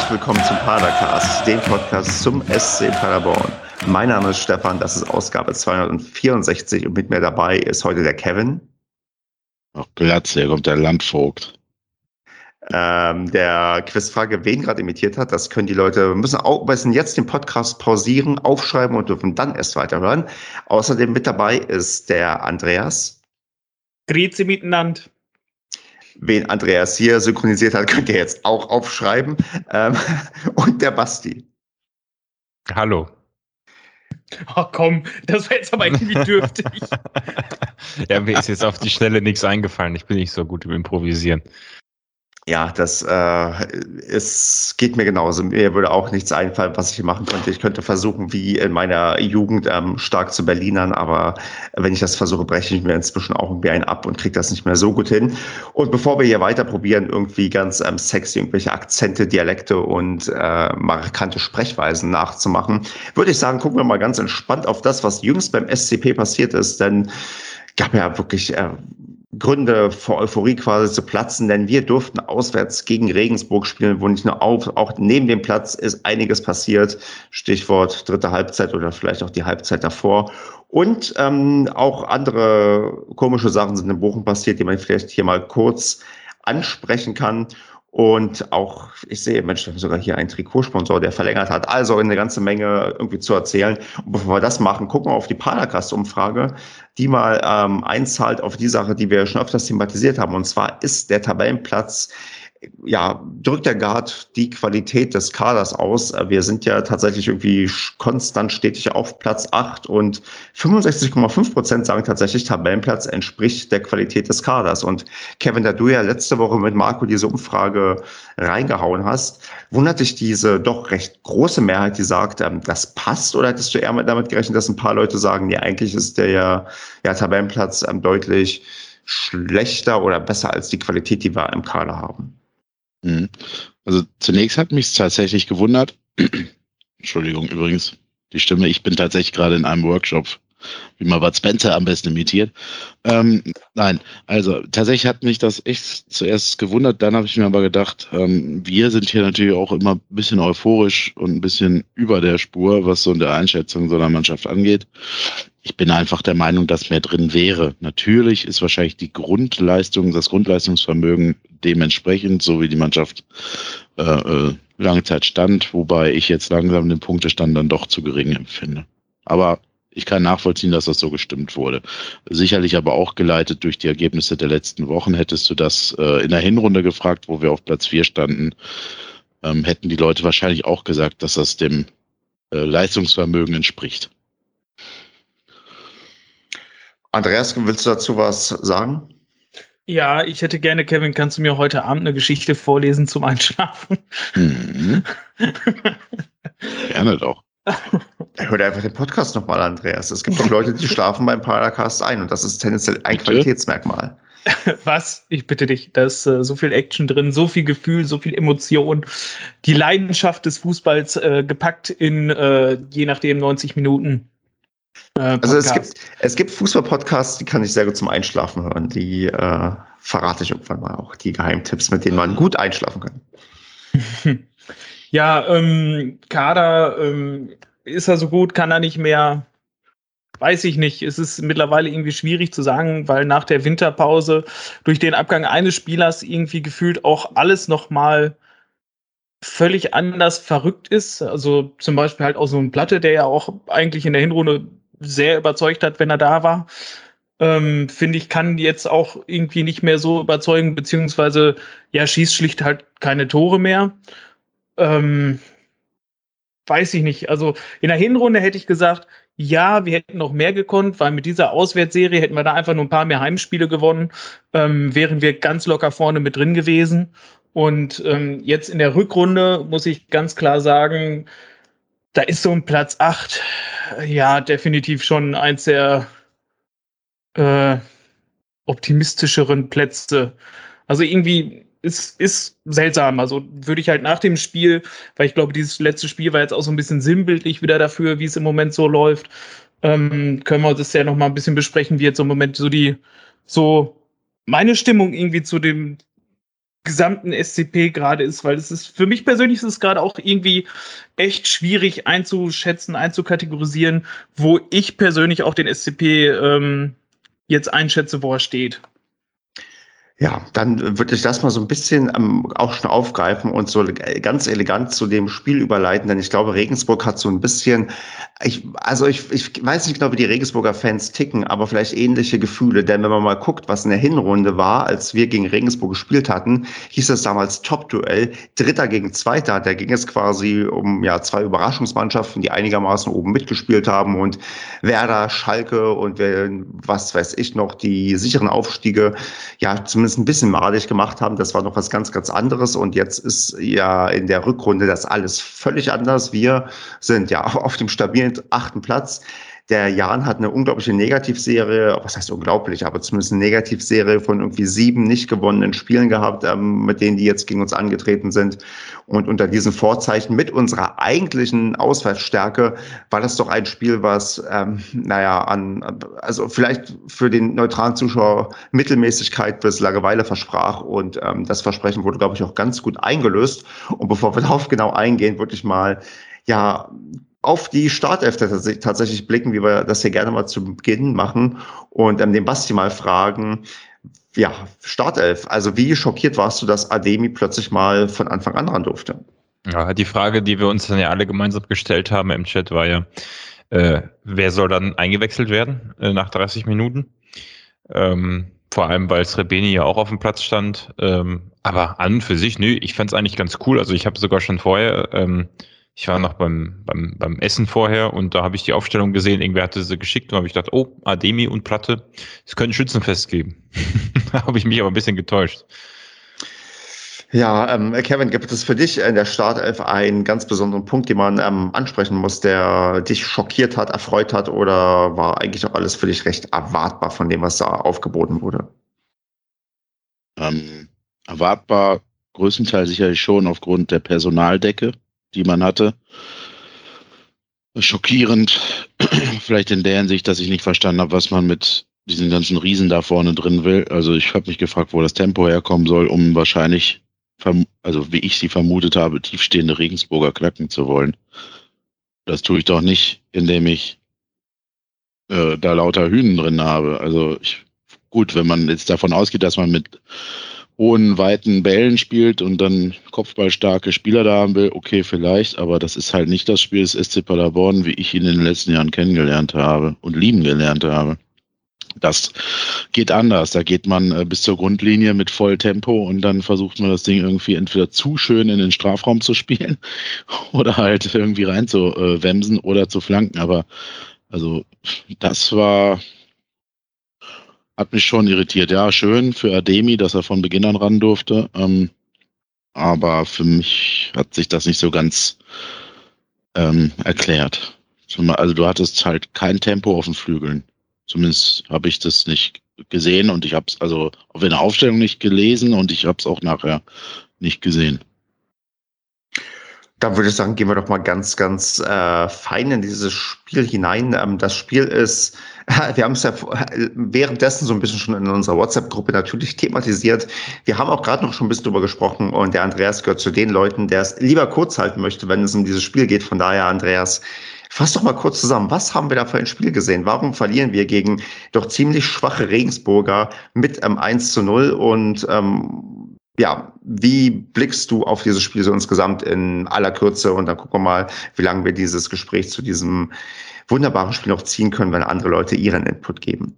herzlich willkommen zum Padercast, dem Podcast zum SC Paderborn. Mein Name ist Stefan, das ist Ausgabe 264 und mit mir dabei ist heute der Kevin. Ach Platz, hier kommt der Landvogt. Der Quizfrage, wen gerade imitiert hat, das können die Leute, müssen jetzt den Podcast pausieren, aufschreiben und dürfen dann erst weiterhören. Außerdem mit dabei ist der Andreas. Grüezi miteinander. Wen Andreas hier synchronisiert hat, könnt ihr jetzt auch aufschreiben. Und der Basti. Hallo. Oh komm, das war jetzt aber irgendwie dürftig. Ja, mir ist jetzt auf die Schnelle nichts eingefallen. Ich bin nicht so gut im Improvisieren. Ja, es geht mir genauso. Mir würde auch nichts einfallen, was ich hier machen könnte. Ich könnte versuchen, wie in meiner Jugend stark zu Berlinern, aber wenn ich das versuche, breche ich mir inzwischen auch irgendwie einen ab und kriege das nicht mehr so gut hin. Und bevor wir hier weiter probieren, irgendwie ganz sexy irgendwelche Akzente, Dialekte und markante Sprechweisen nachzumachen, würde ich sagen, gucken wir mal ganz entspannt auf das, was jüngst beim SCP passiert ist, denn gab ja wirklich Gründe vor Euphorie quasi zu platzen, denn wir durften auswärts gegen Regensburg spielen, wo nicht nur auch neben dem Platz ist einiges passiert. Stichwort dritte Halbzeit oder vielleicht auch die Halbzeit davor. Und auch andere komische Sachen sind in Bochum passiert, die man vielleicht hier mal kurz ansprechen kann. Und auch, ich sehe, Mensch, wir haben sogar hier einen Trikotsponsor, der verlängert hat. Also eine ganze Menge irgendwie zu erzählen. Und bevor wir das machen, gucken wir auf die Padercast-Umfrage, die mal einzahlt auf die Sache, die wir schon öfters thematisiert haben. Und zwar ist der Tabellenplatz, ja, drückt der Guard die Qualität des Kaders aus. Wir sind ja tatsächlich irgendwie konstant stetig auf Platz 8 und 65,5% sagen tatsächlich, Tabellenplatz entspricht der Qualität des Kaders. Und Kevin, da du ja letzte Woche mit Marco diese Umfrage reingehauen hast, wundert dich diese doch recht große Mehrheit, die sagt, das passt, oder hättest du eher damit gerechnet, dass ein paar Leute sagen, nee, eigentlich ist der Tabellenplatz deutlich schlechter oder besser als die Qualität, die wir im Kader haben? Also zunächst hat mich es tatsächlich gewundert. Entschuldigung, übrigens, die Stimme. Ich bin tatsächlich gerade in einem Workshop, wie man Bud Spencer am besten imitiert. Nein, also tatsächlich hat mich das echt zuerst gewundert. Dann habe ich mir aber gedacht, wir sind hier natürlich auch immer ein bisschen euphorisch und ein bisschen über der Spur, was so in der Einschätzung so einer Mannschaft angeht. Ich bin einfach der Meinung, dass mehr drin wäre. Natürlich ist wahrscheinlich die Grundleistung, das Grundleistungsvermögen dementsprechend, so wie die Mannschaft lange Zeit stand, wobei ich jetzt langsam den Punktestand dann doch zu gering empfinde. Aber ich kann nachvollziehen, dass das so gestimmt wurde. Sicherlich aber auch geleitet durch die Ergebnisse der letzten Wochen. Hättest du das in der Hinrunde gefragt, wo wir auf Platz 4 standen, hätten die Leute wahrscheinlich auch gesagt, dass das dem Leistungsvermögen entspricht. Andreas, willst du dazu was sagen? Ja, ich hätte gerne, Kevin, kannst du mir heute Abend eine Geschichte vorlesen zum Einschlafen? Gerne doch. Hör dir einfach den Podcast nochmal, Andreas. Es gibt doch Leute, die schlafen beim Padercast ein und das ist tendenziell ein Qualitätsmerkmal. Was? Ich bitte dich, da ist so viel Action drin, so viel Gefühl, so viel Emotion. Die Leidenschaft des Fußballs gepackt in, je nachdem, 90 Minuten. Also es gibt Fußball-Podcasts, die kann ich sehr gut zum Einschlafen hören. Die verrate ich irgendwann mal auch. Die Geheimtipps, mit denen man gut einschlafen kann. Ja, Kader ist er so gut, kann er nicht mehr. Weiß ich nicht. Es ist mittlerweile irgendwie schwierig zu sagen, weil nach der Winterpause durch den Abgang eines Spielers irgendwie gefühlt auch alles nochmal völlig anders verrückt ist. Also zum Beispiel halt auch so ein Platte, der ja auch eigentlich in der Hinrunde sehr überzeugt hat, wenn er da war. Finde ich, kann jetzt auch irgendwie nicht mehr so überzeugen, beziehungsweise ja, schießt schlicht halt keine Tore mehr. Weiß ich nicht. Also in der Hinrunde hätte ich gesagt, ja, wir hätten noch mehr gekonnt, weil mit dieser Auswärtsserie hätten wir da einfach nur ein paar mehr Heimspiele gewonnen, wären wir ganz locker vorne mit drin gewesen. Und jetzt in der Rückrunde muss ich ganz klar sagen, da ist so ein Platz 8, ja, definitiv schon eins der optimistischeren Plätze. Also irgendwie ist seltsam. Also würde ich halt nach dem Spiel, weil ich glaube, dieses letzte Spiel war jetzt auch so ein bisschen sinnbildlich wieder dafür, wie es im Moment so läuft, können wir das ja noch mal ein bisschen besprechen, wie jetzt im Moment so meine Stimmung irgendwie zu dem gesamten SCP gerade ist, weil es ist, für mich persönlich ist es gerade auch irgendwie echt schwierig einzuschätzen, einzukategorisieren, wo ich persönlich auch den SCP jetzt einschätze, wo er steht. Ja, dann würde ich das mal so ein bisschen auch schon aufgreifen und so ganz elegant zu dem Spiel überleiten, denn ich glaube, Regensburg hat so ein bisschen, ich weiß nicht genau, wie die Regensburger Fans ticken, aber vielleicht ähnliche Gefühle, denn wenn man mal guckt, was in der Hinrunde war, als wir gegen Regensburg gespielt hatten, hieß das damals Top-Duell, Dritter gegen Zweiter, da ging es quasi um ja zwei Überraschungsmannschaften, die einigermaßen oben mitgespielt haben und Werder, Schalke und was weiß ich noch, die sicheren Aufstiege, ja, zumindest ein bisschen madig gemacht haben. Das war noch was ganz, ganz anderes. Und jetzt ist ja in der Rückrunde das alles völlig anders. Wir sind ja auf dem stabilen 8. Platz. Der Jan hat eine unglaubliche Negativserie, was heißt unglaublich, aber zumindest eine Negativserie von irgendwie 7 nicht gewonnenen Spielen gehabt, mit denen die jetzt gegen uns angetreten sind. Und unter diesen Vorzeichen mit unserer eigentlichen Auswärtsstärke war das doch ein Spiel, was, also vielleicht für den neutralen Zuschauer Mittelmäßigkeit bis Langeweile versprach. Und das Versprechen wurde, glaube ich, auch ganz gut eingelöst. Und bevor wir darauf genau eingehen, würde ich mal, ja, auf die Startelf tatsächlich blicken, wie wir das hier gerne mal zu Beginn machen und den Basti mal fragen, ja, Startelf, also wie schockiert warst du, dass Ademi plötzlich mal von Anfang an ran durfte? Ja, die Frage, die wir uns dann ja alle gemeinsam gestellt haben im Chat, war ja, wer soll dann eingewechselt werden nach 30 Minuten? Vor allem, weil Srebeni ja auch auf dem Platz stand. Aber an und für sich, nö, ich fand es eigentlich ganz cool. Also ich habe sogar schon vorher, ich war noch beim Essen vorher und da habe ich die Aufstellung gesehen, irgendwer hatte sie geschickt und habe ich gedacht, oh, Ademi und Platte, es könnte ein Schützenfest geben. Da habe ich mich aber ein bisschen getäuscht. Ja, Kevin, gibt es für dich in der Startelf einen ganz besonderen Punkt, den man ansprechen muss, der dich schockiert hat, erfreut hat oder war eigentlich auch alles für dich recht erwartbar von dem, was da aufgeboten wurde? Erwartbar größtenteils sicherlich schon aufgrund der Personaldecke, die man hatte. Schockierend, vielleicht in der Hinsicht, dass ich nicht verstanden habe, was man mit diesen ganzen Riesen da vorne drin will. Also ich habe mich gefragt, wo das Tempo herkommen soll, um wahrscheinlich, also wie ich sie vermutet habe, tiefstehende Regensburger knacken zu wollen. Das tue ich doch nicht, indem ich da lauter Hünen drin habe. Also gut, wenn man jetzt davon ausgeht, dass man mit hohen, weiten Bällen spielt und dann kopfballstarke Spieler da haben will, okay, vielleicht, aber das ist halt nicht das Spiel des SC Paderborn, wie ich ihn in den letzten Jahren kennengelernt habe und lieben gelernt habe. Das geht anders. Da geht man bis zur Grundlinie mit Volltempo und dann versucht man das Ding irgendwie entweder zu schön in den Strafraum zu spielen oder halt irgendwie rein zu wemsen oder zu flanken. Aber also das hat mich schon irritiert. Ja, schön für Ademi, dass er von Beginn an ran durfte. Aber für mich hat sich das nicht so ganz erklärt. Also du hattest halt kein Tempo auf den Flügeln. Zumindest habe ich das nicht gesehen und ich habe es also auf einer Aufstellung nicht gelesen und ich habe es auch nachher nicht gesehen. Dann würde ich sagen, gehen wir doch mal ganz, ganz fein in dieses Spiel hinein. Das Spiel ist, wir haben es ja währenddessen so ein bisschen schon in unserer WhatsApp-Gruppe natürlich thematisiert. Wir haben auch gerade noch schon ein bisschen drüber gesprochen und der Andreas gehört zu den Leuten, der es lieber kurz halten möchte, wenn es um dieses Spiel geht. Von daher, Andreas, fass doch mal kurz zusammen. Was haben wir da für ein Spiel gesehen? Warum verlieren wir gegen doch ziemlich schwache Regensburger mit 1:0 und ja, wie blickst du auf dieses Spiel so insgesamt in aller Kürze? Und dann gucken wir mal, wie lange wir dieses Gespräch zu diesem wunderbaren Spiel noch ziehen können, wenn andere Leute ihren Input geben.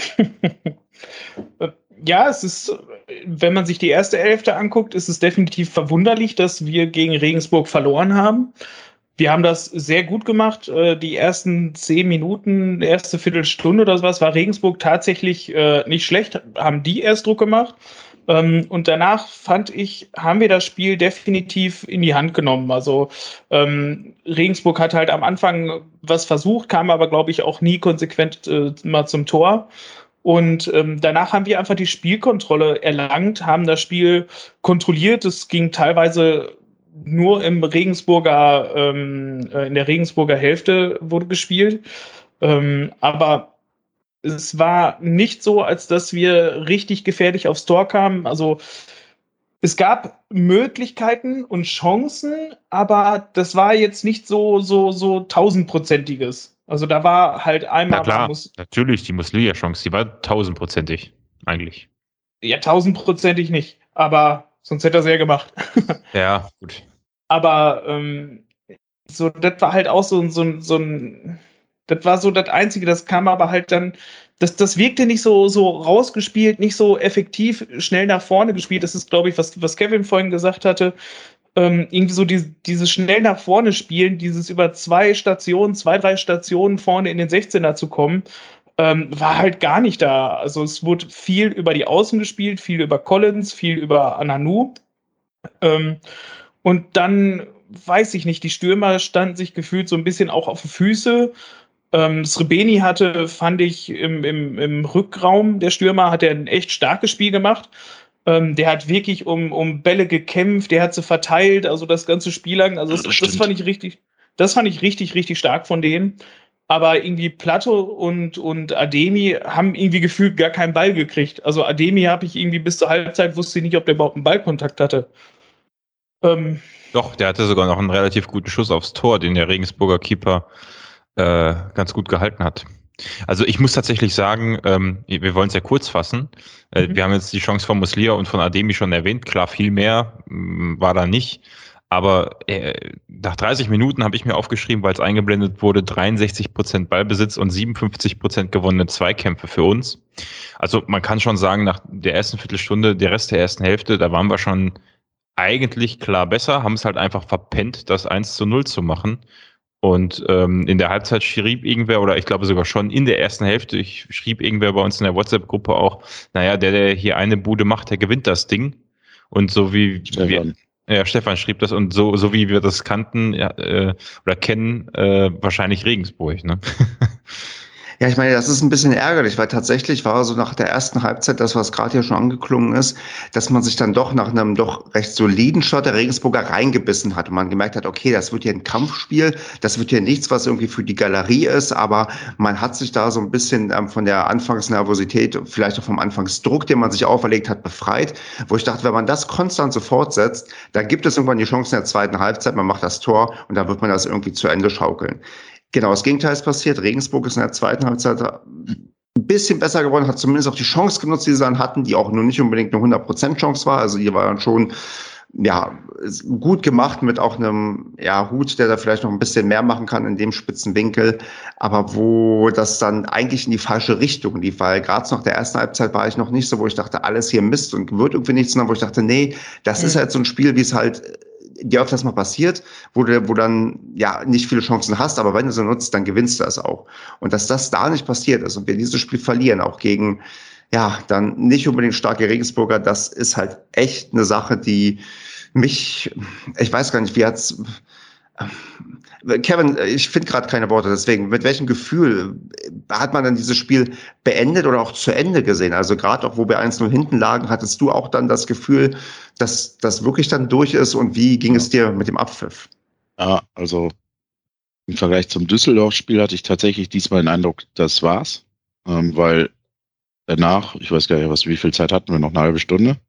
Ja, es ist, wenn man sich die erste Hälfte anguckt, ist es definitiv verwunderlich, dass wir gegen Regensburg verloren haben. Wir haben das sehr gut gemacht. Die ersten 10 Minuten, erste Viertelstunde oder sowas, war Regensburg tatsächlich nicht schlecht, haben die erst Druck gemacht. Und danach fand ich, haben wir das Spiel definitiv in die Hand genommen. Also Regensburg hat halt am Anfang was versucht, kam aber, glaube ich, auch nie konsequent mal zum Tor. Und danach haben wir einfach die Spielkontrolle erlangt, haben das Spiel kontrolliert. Es ging teilweise nur in der Regensburger Hälfte wurde gespielt. Aber es war nicht so, als dass wir richtig gefährlich aufs Tor kamen. Also Es gab Möglichkeiten und Chancen, aber das war jetzt nicht so 1000-prozentiges. Also da war halt Na einmal klar, natürlich, die Muslia-Chance, die war 1000-prozentig, eigentlich. ja 1000-prozentig nicht, aber sonst hätte er es ja gemacht. Ja, gut. Aber so, das war halt auch so ein, das war so das Einzige, das kam aber halt dann, das wirkte nicht so rausgespielt, nicht so effektiv, schnell nach vorne gespielt. Das ist, glaube ich, was Kevin vorhin gesagt hatte. Irgendwie so dieses schnell nach vorne spielen, dieses über 3 Stationen vorne in den 16er zu kommen, war halt gar nicht da. Also es wurde viel über die Außen gespielt, viel über Collins, viel über Ananu. Und dann, weiß ich nicht, die Stürmer standen sich gefühlt so ein bisschen auch auf die Füße. Srebeni hatte, fand ich, im Rückraum der Stürmer, hat er ein echt starkes Spiel gemacht. Der hat wirklich um Bälle gekämpft, der hat sie verteilt, also das ganze Spiel lang. Also das fand ich richtig stark von denen. Aber irgendwie Plato und Ademi haben irgendwie gefühlt gar keinen Ball gekriegt. Also Ademi habe ich irgendwie bis zur Halbzeit, wusste ich nicht, ob der überhaupt einen Ballkontakt hatte. Doch, der hatte sogar noch einen relativ guten Schuss aufs Tor, den der Regensburger Keeper ganz gut gehalten hat. Also ich muss tatsächlich sagen, wir wollen es ja kurz fassen. Wir haben jetzt die Chance von Muslia und von Ademi schon erwähnt. Klar, viel mehr war da nicht. Aber nach 30 Minuten habe ich mir aufgeschrieben, weil es eingeblendet wurde, 63% Ballbesitz und 57% gewonnene Zweikämpfe für uns. Also man kann schon sagen, nach der ersten Viertelstunde, der Rest der ersten Hälfte, da waren wir schon eigentlich klar besser, haben es halt einfach verpennt, das 1:0 zu machen. Und in der Halbzeit schrieb irgendwer, oder ich glaube sogar schon in der ersten Hälfte, ich schrieb irgendwer bei uns in der WhatsApp-Gruppe auch, naja, der hier eine Bude macht, der gewinnt das Ding. Und so wie Stefan schrieb das, und so wie wir das kannten oder kennen, wahrscheinlich Regensburg, ne? Ja, ich meine, das ist ein bisschen ärgerlich, weil tatsächlich war so nach der ersten Halbzeit das, was gerade hier schon angeklungen ist, dass man sich dann doch nach einem doch recht soliden Start der Regensburger reingebissen hat und man gemerkt hat, okay, das wird hier ein Kampfspiel, das wird hier nichts, was irgendwie für die Galerie ist, aber man hat sich da so ein bisschen von der Anfangsnervosität, vielleicht auch vom Anfangsdruck, den man sich auferlegt hat, befreit, wo ich dachte, wenn man das konstant so fortsetzt, dann gibt es irgendwann die Chance in der zweiten Halbzeit, man macht das Tor und dann wird man das irgendwie zu Ende schaukeln. Genau, das Gegenteil ist passiert. Regensburg ist in der zweiten Halbzeit ein bisschen besser geworden, hat zumindest auch die Chance genutzt, die sie dann hatten, die auch nur nicht unbedingt eine 100% Chance war. Also die war dann schon gut gemacht mit auch einem Hut, der da vielleicht noch ein bisschen mehr machen kann in dem spitzen Winkel, aber wo das dann eigentlich in die falsche Richtung lief, weil gerade nach der ersten Halbzeit war ich noch nicht so, wo ich dachte, alles hier Mist und wird irgendwie nichts, sondern wo ich dachte, nee, das ist halt so ein Spiel, wie es halt dir öfters mal passiert, wo dann nicht viele Chancen hast, aber wenn du sie nutzt, dann gewinnst du das auch. Und dass das da nicht passiert ist und wir dieses Spiel verlieren, auch gegen dann nicht unbedingt starke Regensburger, das ist halt echt eine Sache, die mich, ich weiß gar nicht, wie hat's Kevin, ich finde gerade keine Worte, deswegen, mit welchem Gefühl hat man dann dieses Spiel beendet oder auch zu Ende gesehen? Also gerade auch, wo wir 1:0 hinten lagen, hattest du auch dann das Gefühl, dass das wirklich dann durch ist, und wie ging es dir mit dem Abpfiff? Ja, also im Vergleich zum Düsseldorf-Spiel hatte ich tatsächlich diesmal den Eindruck, das war's, weil danach, ich weiß gar nicht, wie viel Zeit hatten wir, noch eine halbe Stunde,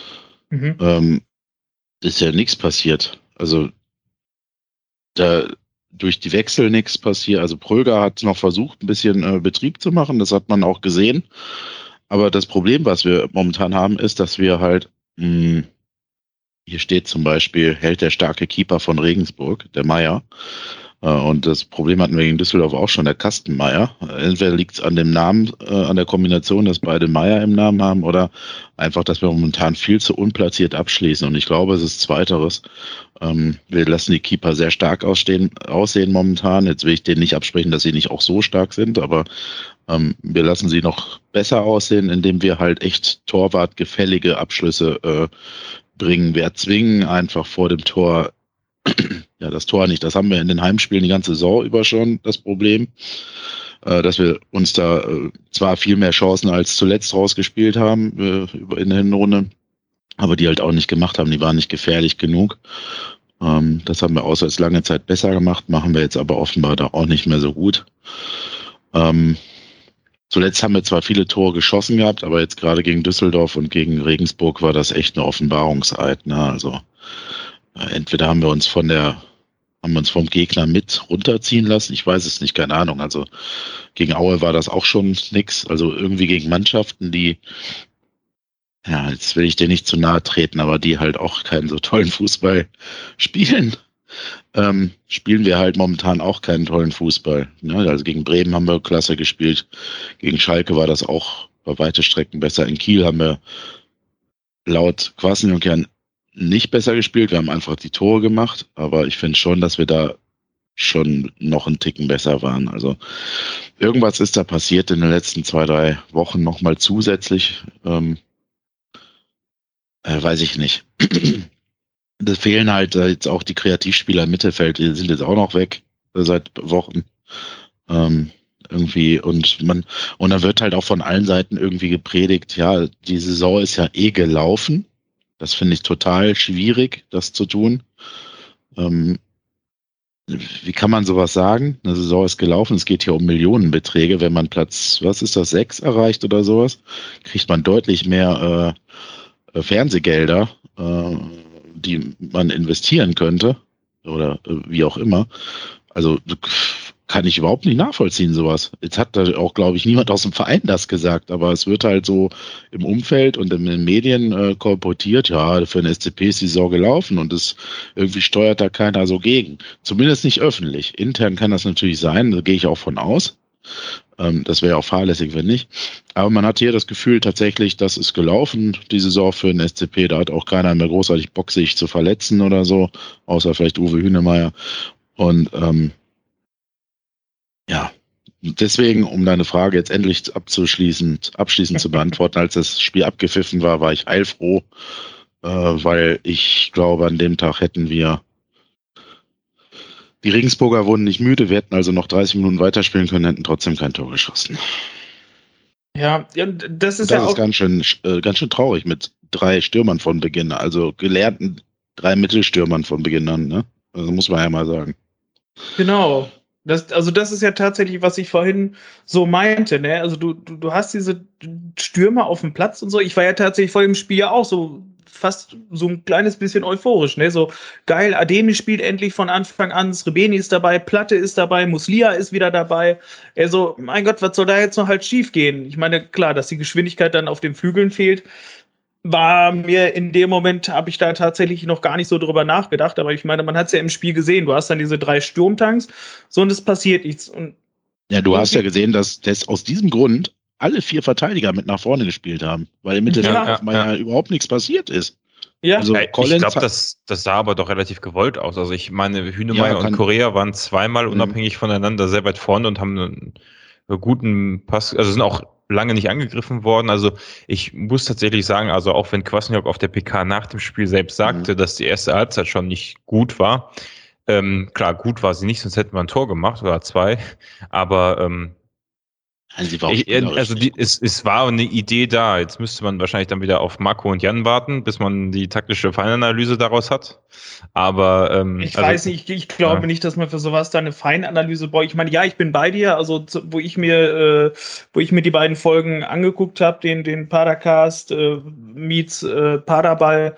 ist ja nichts passiert. Also da durch die Wechsel nichts passiert. Also Pröger hat noch versucht, ein bisschen Betrieb zu machen, das hat man auch gesehen. Aber das Problem, was wir momentan haben, ist, dass wir halt, hier steht zum Beispiel, hält der starke Keeper von Regensburg, der Meier. Und das Problem hatten wir gegen Düsseldorf auch schon, der Kastenmeier. Entweder liegt es an dem Namen, an der Kombination, dass beide Meier im Namen haben, oder einfach, dass wir momentan viel zu unplatziert abschließen. Und ich glaube, es ist Zweiteres. Wir lassen die Keeper sehr stark aussehen momentan. Jetzt will ich denen nicht absprechen, dass sie nicht auch so stark sind, aber wir lassen sie noch besser aussehen, indem wir halt echt torwartgefällige Abschlüsse bringen. Wir erzwingen einfach vor dem Tor das Tor nicht. Das haben wir in den Heimspielen die ganze Saison über schon, das Problem, dass wir uns da zwar viel mehr Chancen als zuletzt rausgespielt haben in der Hinrunde, aber die halt auch nicht gemacht haben. Die waren nicht gefährlich genug. Das haben wir auswärts lange Zeit besser gemacht, machen wir jetzt aber offenbar da auch nicht mehr so gut. Zuletzt haben wir zwar viele Tore geschossen gehabt, aber jetzt gerade gegen Düsseldorf und gegen Regensburg war das echt eine Offenbarungseid. Ne? Also entweder haben wir uns vom Gegner mit runterziehen lassen, ich weiß es nicht, keine Ahnung. Also gegen Aue war das auch schon nix. Also irgendwie gegen Mannschaften, die, ja, jetzt will ich dir nicht zu nahe treten, aber die halt auch keinen so tollen Fußball spielen. Spielen wir halt momentan auch keinen tollen Fußball. Ne? Also gegen Bremen haben wir klasse gespielt. Gegen Schalke war das auch bei weite Strecken besser. In Kiel haben wir laut Kwasniok ja nicht besser gespielt. Wir haben einfach die Tore gemacht. Aber ich finde schon, dass wir da schon noch einen Ticken besser waren. Also irgendwas ist da passiert in den letzten 2-3 Wochen nochmal zusätzlich. Weiß ich nicht. Da fehlen halt jetzt auch die Kreativspieler im Mittelfeld, die sind jetzt auch noch weg seit Wochen. Irgendwie und dann wird halt auch von allen Seiten irgendwie gepredigt, ja, die Saison ist ja eh gelaufen. Das finde ich total schwierig, das zu tun. Wie kann man sowas sagen? Eine Saison ist gelaufen, es geht hier um Millionenbeträge. Wenn man Platz, 6 erreicht oder sowas, kriegt man deutlich mehr Fernsehgelder, die man investieren könnte oder wie auch immer. Also kann ich überhaupt nicht nachvollziehen, sowas. Jetzt hat da auch, glaube ich, niemand aus dem Verein das gesagt, aber es wird halt so im Umfeld und in den Medien kolportiert, ja, für den SCP ist die Saison gelaufen und es irgendwie steuert da keiner so gegen. Zumindest nicht öffentlich. Intern kann das natürlich sein, da gehe ich auch von aus. Das wäre auch fahrlässig, wenn nicht. Aber man hat hier das Gefühl tatsächlich, das ist gelaufen, die Saison für den SCP. Da hat auch keiner mehr großartig Bock, sich zu verletzen oder so, außer vielleicht Uwe Hünemeyer. Und ja, deswegen, um deine Frage jetzt endlich abschließend zu beantworten, als das Spiel abgepfiffen war ich heilfroh, weil ich glaube, an dem Tag hätten wir die Regensburger wurden nicht müde, wir hätten also noch 30 Minuten weiterspielen können, hätten trotzdem kein Tor geschossen. Ja, das ist das ja auch ganz schön traurig mit 3 Stürmern von Beginn, also gelernten 3 Mittelstürmern von Beginn an, ne? Also muss man ja mal sagen. Genau. Das ist ja tatsächlich, was ich vorhin so meinte, ne? Also du hast diese Stürmer auf dem Platz und so. Ich war ja tatsächlich vor dem Spiel ja auch so fast so ein kleines bisschen euphorisch, ne? So geil, Ademi spielt endlich von Anfang an, Srebeni ist dabei, Platte ist dabei, Muslia ist wieder dabei. Also, mein Gott, was soll da jetzt noch halt schief gehen? Ich meine, klar, dass die Geschwindigkeit dann auf den Flügeln fehlt, war mir in dem Moment, habe ich da tatsächlich noch gar nicht so drüber nachgedacht, aber ich meine, man hat es ja im Spiel gesehen, du hast dann diese 3 Sturmtanks, so und es passiert nichts. Und ja, du hast ja gesehen, dass aus diesem Grund alle 4 Verteidiger mit nach vorne gespielt haben, weil im Mittelfeld überhaupt nichts passiert ist. Ja, also ich glaube, das sah aber doch relativ gewollt aus. Also ich meine, Hünemeyer und Correa waren zweimal unabhängig voneinander sehr weit vorne und haben einen guten Pass, also sind auch lange nicht angegriffen worden. Also ich muss tatsächlich sagen, also auch wenn Kwasniok auf der PK nach dem Spiel selbst sagte, dass die erste Halbzeit schon nicht gut war, klar, gut war sie nicht, sonst hätten wir ein Tor gemacht oder 2, aber sie war es war eine Idee da. Jetzt müsste man wahrscheinlich dann wieder auf Marco und Jan warten, bis man die taktische Feinanalyse daraus hat. Aber ich weiß nicht, ich glaube nicht, dass man für sowas da eine Feinanalyse braucht. Ich meine, ja, ich bin bei dir. Also wo ich mir die beiden Folgen angeguckt habe, den Padercast meets Paderball,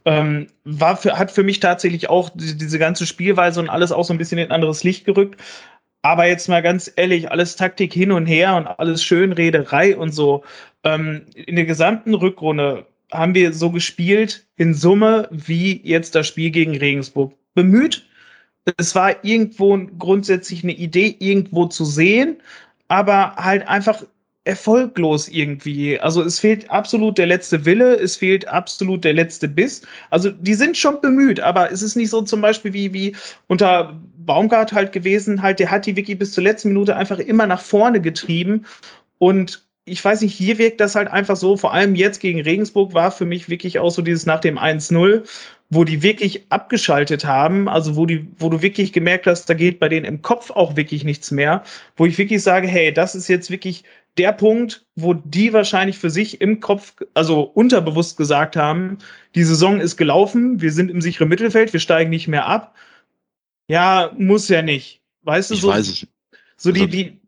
hat für mich tatsächlich auch diese ganze Spielweise und alles auch so ein bisschen in ein anderes Licht gerückt. Aber jetzt mal ganz ehrlich, alles Taktik hin und her und alles Schönrederei und so. In der gesamten Rückrunde haben wir so gespielt, in Summe, wie jetzt das Spiel gegen Regensburg. Bemüht. Es war irgendwo grundsätzlich eine Idee, irgendwo zu sehen, aber halt einfach erfolglos irgendwie. Also es fehlt absolut der letzte Wille, es fehlt absolut der letzte Biss. Also die sind schon bemüht, aber es ist nicht so zum Beispiel wie unter Baumgart halt gewesen, halt, der hat die wirklich bis zur letzten Minute einfach immer nach vorne getrieben und ich weiß nicht, hier wirkt das halt einfach so, vor allem jetzt gegen Regensburg war für mich wirklich auch so dieses nach dem 1-0, wo die wirklich abgeschaltet haben, also wo du wirklich gemerkt hast, da geht bei denen im Kopf auch wirklich nichts mehr, wo ich wirklich sage, hey, das ist jetzt wirklich der Punkt, wo die wahrscheinlich für sich im Kopf, also unterbewusst gesagt haben, die Saison ist gelaufen, wir sind im sicheren Mittelfeld, wir steigen nicht mehr ab. Ja, muss ja nicht. Weißt du, ich weiß es. So also,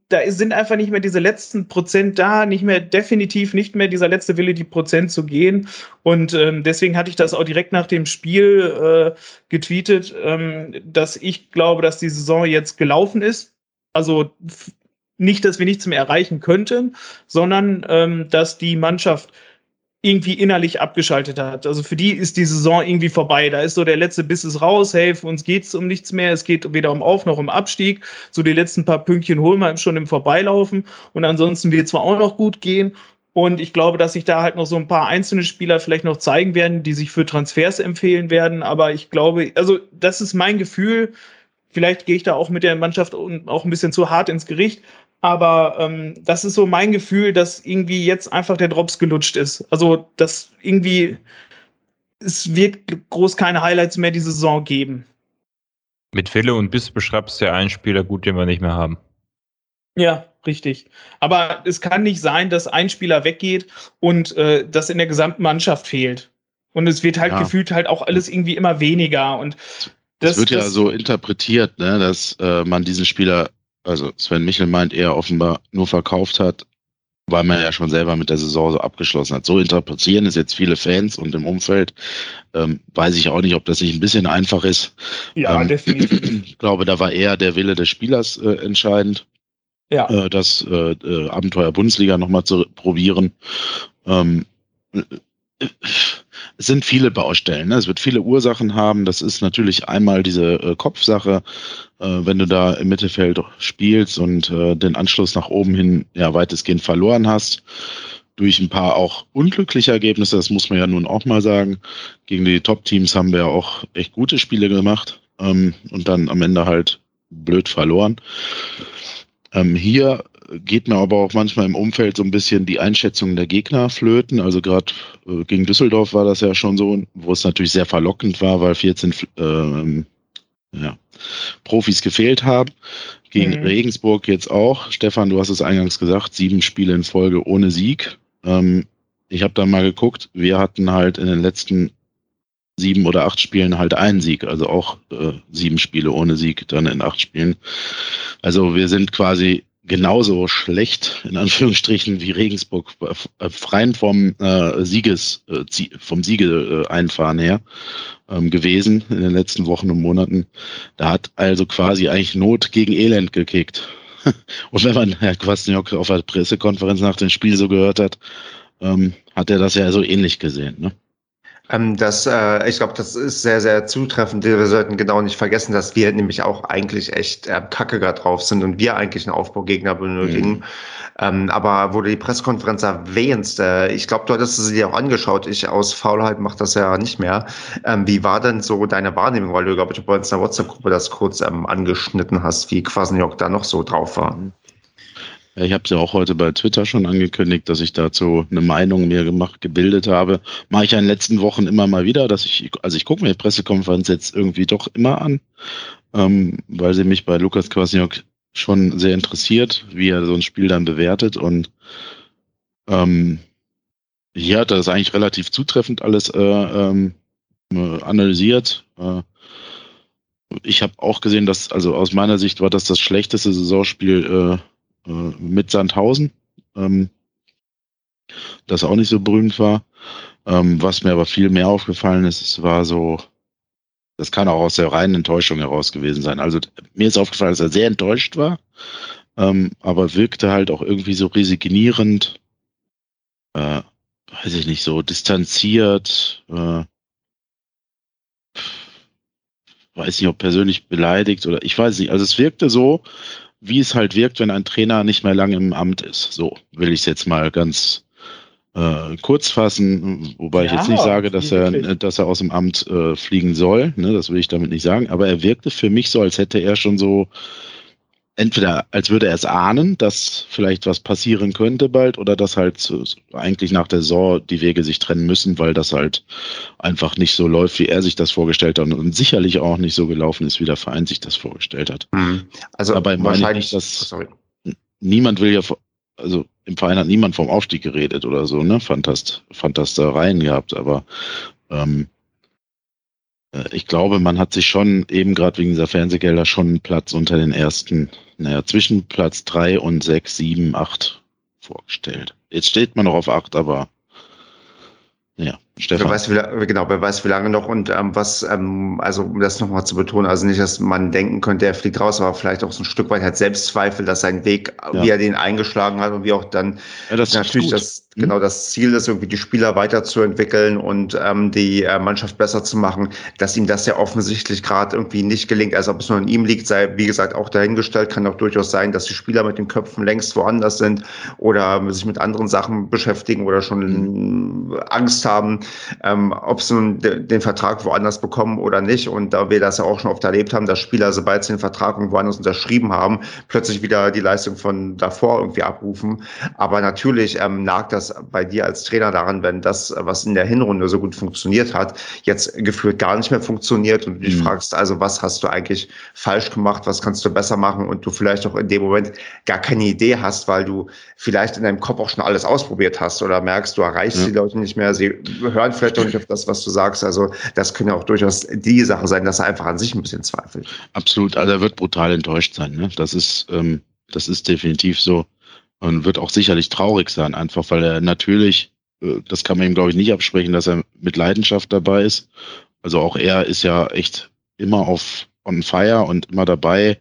da sind einfach nicht mehr diese letzten Prozent da, definitiv nicht mehr dieser letzte Wille, die Prozent zu gehen. Und deswegen hatte ich das auch direkt nach dem Spiel getweetet, dass ich glaube, dass die Saison jetzt gelaufen ist. Also nicht, dass wir nichts mehr erreichen könnten, sondern dass die Mannschaft irgendwie innerlich abgeschaltet hat. Also für die ist die Saison irgendwie vorbei. Da ist so der letzte Biss ist raus. Hey, für uns geht's um nichts mehr. Es geht weder um Auf- noch um Abstieg. So die letzten paar Pünktchen holen wir schon im Vorbeilaufen. Und ansonsten wird es zwar auch noch gut gehen. Und ich glaube, dass sich da halt noch so ein paar einzelne Spieler vielleicht noch zeigen werden, die sich für Transfers empfehlen werden. Aber ich glaube, also das ist mein Gefühl. Vielleicht gehe ich da auch mit der Mannschaft auch ein bisschen zu hart ins Gericht. Aber das ist so mein Gefühl, dass irgendwie jetzt einfach der Drops gelutscht ist. Also, dass irgendwie es wird groß keine Highlights mehr diese Saison geben. Mit Wille und Biss beschreibst du ja einen Spieler gut, den wir nicht mehr haben. Ja, richtig. Aber es kann nicht sein, dass ein Spieler weggeht und das in der gesamten Mannschaft fehlt. Und es wird halt gefühlt halt auch alles irgendwie immer weniger. Und das wird ja so interpretiert, ne, dass man diesen Spieler, also Sven Michel meint, er offenbar nur verkauft hat, weil man ja schon selber mit der Saison so abgeschlossen hat. So interpretieren es jetzt viele Fans und im Umfeld. Weiß ich auch nicht, ob das nicht ein bisschen einfach ist. Ja, definitiv. Ich glaube, da war eher der Wille des Spielers entscheidend, das Abenteuer Bundesliga nochmal zu probieren. Es sind viele Baustellen, ne? Es wird viele Ursachen haben. Das ist natürlich einmal diese Kopfsache, wenn du da im Mittelfeld spielst und den Anschluss nach oben hin ja weitestgehend verloren hast. Durch ein paar auch unglückliche Ergebnisse, das muss man ja nun auch mal sagen. Gegen die Top-Teams haben wir ja auch echt gute Spiele gemacht und dann am Ende halt blöd verloren. Hier geht mir aber auch manchmal im Umfeld so ein bisschen die Einschätzung der Gegner flöten. Also gerade gegen Düsseldorf war das ja schon so, wo es natürlich sehr verlockend war, weil 14 Profis gefehlt haben. Gegen Regensburg jetzt auch. Stefan, du hast es eingangs gesagt, 7 Spiele in Folge ohne Sieg. Ich habe da mal geguckt, wir hatten halt in den letzten 7 oder 8 Spielen halt einen Sieg, also auch 7 Spiele ohne Sieg dann in 8 Spielen. Also wir sind quasi genauso schlecht, in Anführungsstrichen, wie Regensburg, rein vom Siege einfahren her gewesen in den letzten Wochen und Monaten. Da hat also quasi eigentlich Not gegen Elend gekickt. Und wenn man Herr Kwasniok auf der Pressekonferenz nach dem Spiel so gehört hat, hat er das ja so ähnlich gesehen, ne? Ich glaube, das ist sehr, sehr zutreffend. Wir sollten genau nicht vergessen, dass wir nämlich auch eigentlich echt kacke gerade drauf sind und wir eigentlich einen Aufbaugegner benötigen. Aber wo du die Pressekonferenz erwähnst, ich glaube, du hattest sie dir auch angeschaut. Ich aus Faulheit mache das ja nicht mehr. Wie war denn so deine Wahrnehmung? Weil du, glaube ich, bei uns in der WhatsApp-Gruppe das kurz angeschnitten hast, wie Kwasniok da noch so drauf war. Ich habe es ja auch heute bei Twitter schon angekündigt, dass ich dazu eine Meinung mir gebildet habe. Mache ich ja in den letzten Wochen immer mal wieder, ich gucke mir die Pressekonferenz jetzt irgendwie doch immer an, weil sie mich bei Lukas Kwasniok schon sehr interessiert, wie er so ein Spiel dann bewertet. Und hier hat er das eigentlich relativ zutreffend alles analysiert. Ich habe auch gesehen, dass, also aus meiner Sicht war das schlechteste Saisonspiel mit Sandhausen, das auch nicht so berühmt war. Was mir aber viel mehr aufgefallen ist, es war so, das kann auch aus der reinen Enttäuschung heraus gewesen sein. Also mir ist aufgefallen, dass er sehr enttäuscht war, aber wirkte halt auch irgendwie so resignierend, weiß ich nicht, so distanziert, weiß nicht, ob persönlich beleidigt oder ich weiß nicht. Also es wirkte so, wie es halt wirkt, wenn ein Trainer nicht mehr lange im Amt ist. So will ich es jetzt mal ganz kurz fassen, wobei ich jetzt nicht sage, dass er aus dem Amt fliegen soll. Ne, das will ich damit nicht sagen. Aber er wirkte für mich so, als hätte er schon so, entweder als würde er es ahnen, dass vielleicht was passieren könnte bald oder dass halt eigentlich nach der Saison die Wege sich trennen müssen, weil das halt einfach nicht so läuft, wie er sich das vorgestellt hat und sicherlich auch nicht so gelaufen ist, wie der Verein sich das vorgestellt hat. Also dabei wahrscheinlich, dass niemand will ja, also im Verein hat niemand vom Aufstieg geredet oder so, ne? Fantastereien gehabt, aber ich glaube, man hat sich schon eben gerade wegen dieser Fernsehgelder schon einen Platz unter den ersten zwischen Platz 3 und 6, 7, 8 vorgestellt. Jetzt steht man noch auf 8, aber ja, Stefan. Wer weiß, wie lange noch und also um das nochmal zu betonen, also nicht, dass man denken könnte, er fliegt raus, aber vielleicht auch so ein Stück weit halt Selbstzweifel, dass sein Weg, wie er den eingeschlagen hat und wie auch dann natürlich das Ziel ist, irgendwie die Spieler weiterzuentwickeln und die Mannschaft besser zu machen, dass ihm das ja offensichtlich gerade irgendwie nicht gelingt. Also ob es nur an ihm liegt, sei wie gesagt auch dahingestellt, kann auch durchaus sein, dass die Spieler mit den Köpfen längst woanders sind oder sich mit anderen Sachen beschäftigen oder schon Angst haben, ob sie nun den Vertrag woanders bekommen oder nicht. Und da wir das ja auch schon oft erlebt haben, dass Spieler, sobald sie den Vertrag irgendwo anders unterschrieben haben, plötzlich wieder die Leistung von davor irgendwie abrufen. Aber natürlich nagt das bei dir als Trainer daran, wenn das, was in der Hinrunde so gut funktioniert hat, jetzt gefühlt gar nicht mehr funktioniert und du dich fragst, also was hast du eigentlich falsch gemacht, was kannst du besser machen und du vielleicht auch in dem Moment gar keine Idee hast, weil du vielleicht in deinem Kopf auch schon alles ausprobiert hast oder merkst, du erreichst die Leute nicht mehr, sie hören vielleicht auch nicht auf das, was du sagst. Also das könnte auch durchaus die Sache sein, dass er einfach an sich ein bisschen zweifelt. Absolut, also er wird brutal enttäuscht sein. Ne? Das ist definitiv so und wird auch sicherlich traurig sein, einfach weil er natürlich, das kann man ihm glaube ich nicht absprechen, dass er mit Leidenschaft dabei ist. Also auch er ist ja echt immer on fire und immer dabei.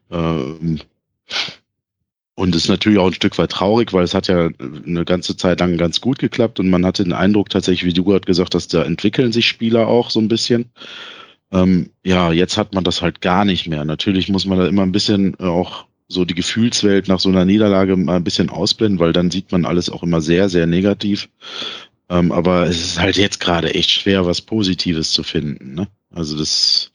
Und ist natürlich auch ein Stück weit traurig, weil es hat ja eine ganze Zeit lang ganz gut geklappt und man hatte den Eindruck tatsächlich, wie du gerade gesagt hast, da entwickeln sich Spieler auch so ein bisschen. Jetzt hat man das halt gar nicht mehr. Natürlich muss man da immer ein bisschen auch so die Gefühlswelt nach so einer Niederlage mal ein bisschen ausblenden, weil dann sieht man alles auch immer sehr, sehr negativ. Aber es ist halt jetzt gerade echt schwer, was Positives zu finden. Ne? Also das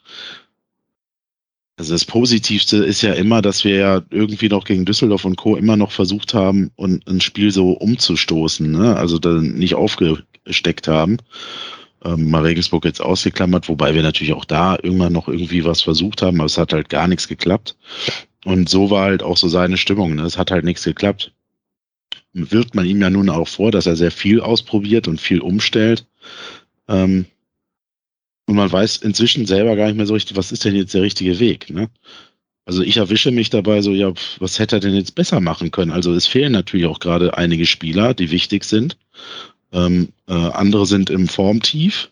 Positivste ist ja immer, dass wir ja irgendwie noch gegen Düsseldorf und Co. immer noch versucht haben, und ein Spiel so umzustoßen, ne? Also dann nicht aufgesteckt haben. Mal Regensburg jetzt ausgeklammert, wobei wir natürlich auch da irgendwann noch irgendwie was versucht haben, aber es hat halt gar nichts geklappt. Und so war halt auch so seine Stimmung, ne? Es hat halt nichts geklappt. Wirft man ihm ja nun auch vor, dass er sehr viel ausprobiert und viel umstellt. Und man weiß inzwischen selber gar nicht mehr so richtig, was ist denn jetzt der richtige Weg, ne? Also ich erwische mich dabei so, ja, was hätte er denn jetzt besser machen können? Also es fehlen natürlich auch gerade einige Spieler, die wichtig sind. Andere sind im Formtief.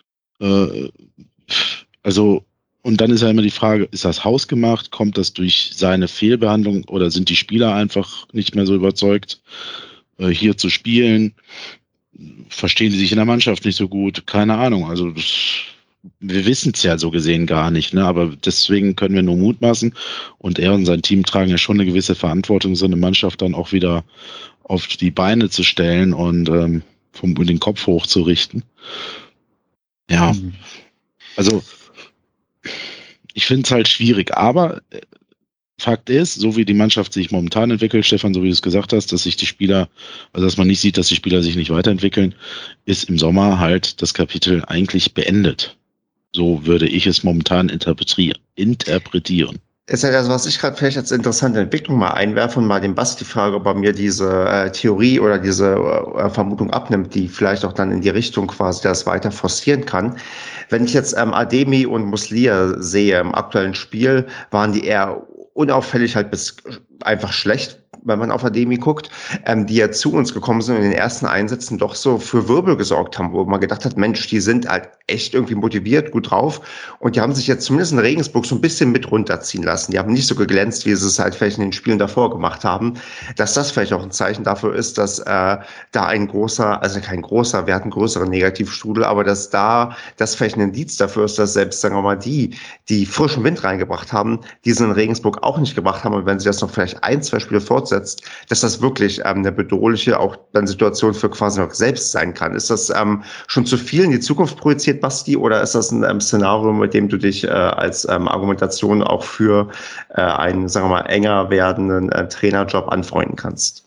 Und dann ist ja immer die Frage, ist das hausgemacht? Kommt das durch seine Fehlbehandlung oder sind die Spieler einfach nicht mehr so überzeugt, hier zu spielen? Verstehen die sich in der Mannschaft nicht so gut? Keine Ahnung. Also wir wissen es ja so gesehen gar nicht, ne? Aber deswegen können wir nur mutmaßen. Und er und sein Team tragen ja schon eine gewisse Verantwortung, so eine Mannschaft dann auch wieder auf die Beine zu stellen und den Kopf hochzurichten. Ja, also ich finde es halt schwierig, aber Fakt ist, so wie die Mannschaft sich momentan entwickelt, Stefan, so wie du es gesagt hast, dass sich die Spieler, also dass man nicht sieht, dass die Spieler sich nicht weiterentwickeln, ist im Sommer halt das Kapitel eigentlich beendet. So würde ich es momentan interpretieren. Ist ja das, was ich gerade vielleicht als interessante Entwicklung mal einwerfe und mal dem Basti frage, ob er mir diese Theorie oder diese Vermutung abnimmt, die vielleicht auch dann in die Richtung quasi das weiter forcieren kann. Wenn ich jetzt Ademi und Muslia sehe im aktuellen Spiel, waren die eher unauffällig halt bis einfach schlecht, wenn man auf Ademi guckt, die ja zu uns gekommen sind und in den ersten Einsätzen doch so für Wirbel gesorgt haben, wo man gedacht hat, Mensch, die sind halt echt irgendwie motiviert, gut drauf und die haben sich jetzt zumindest in Regensburg so ein bisschen mit runterziehen lassen. Die haben nicht so geglänzt, wie sie es halt vielleicht in den Spielen davor gemacht haben, dass das vielleicht auch ein Zeichen dafür ist, dass da ein großer, also kein großer, wir hatten einen größeren Negativstrudel, aber dass da das vielleicht ein Indiz dafür ist, dass selbst, sagen wir mal, die frischen Wind reingebracht haben, die sie in Regensburg auch nicht gebracht haben und wenn sie das noch vielleicht 1-2 Spiele fortsetzt, dass das wirklich eine bedrohliche auch dann Situation für quasi noch selbst sein kann. Ist das schon zu viel in die Zukunft projiziert, Basti, oder ist das ein Szenario, mit dem du dich als Argumentation auch für einen, sagen wir mal, enger werdenden Trainerjob anfreunden kannst?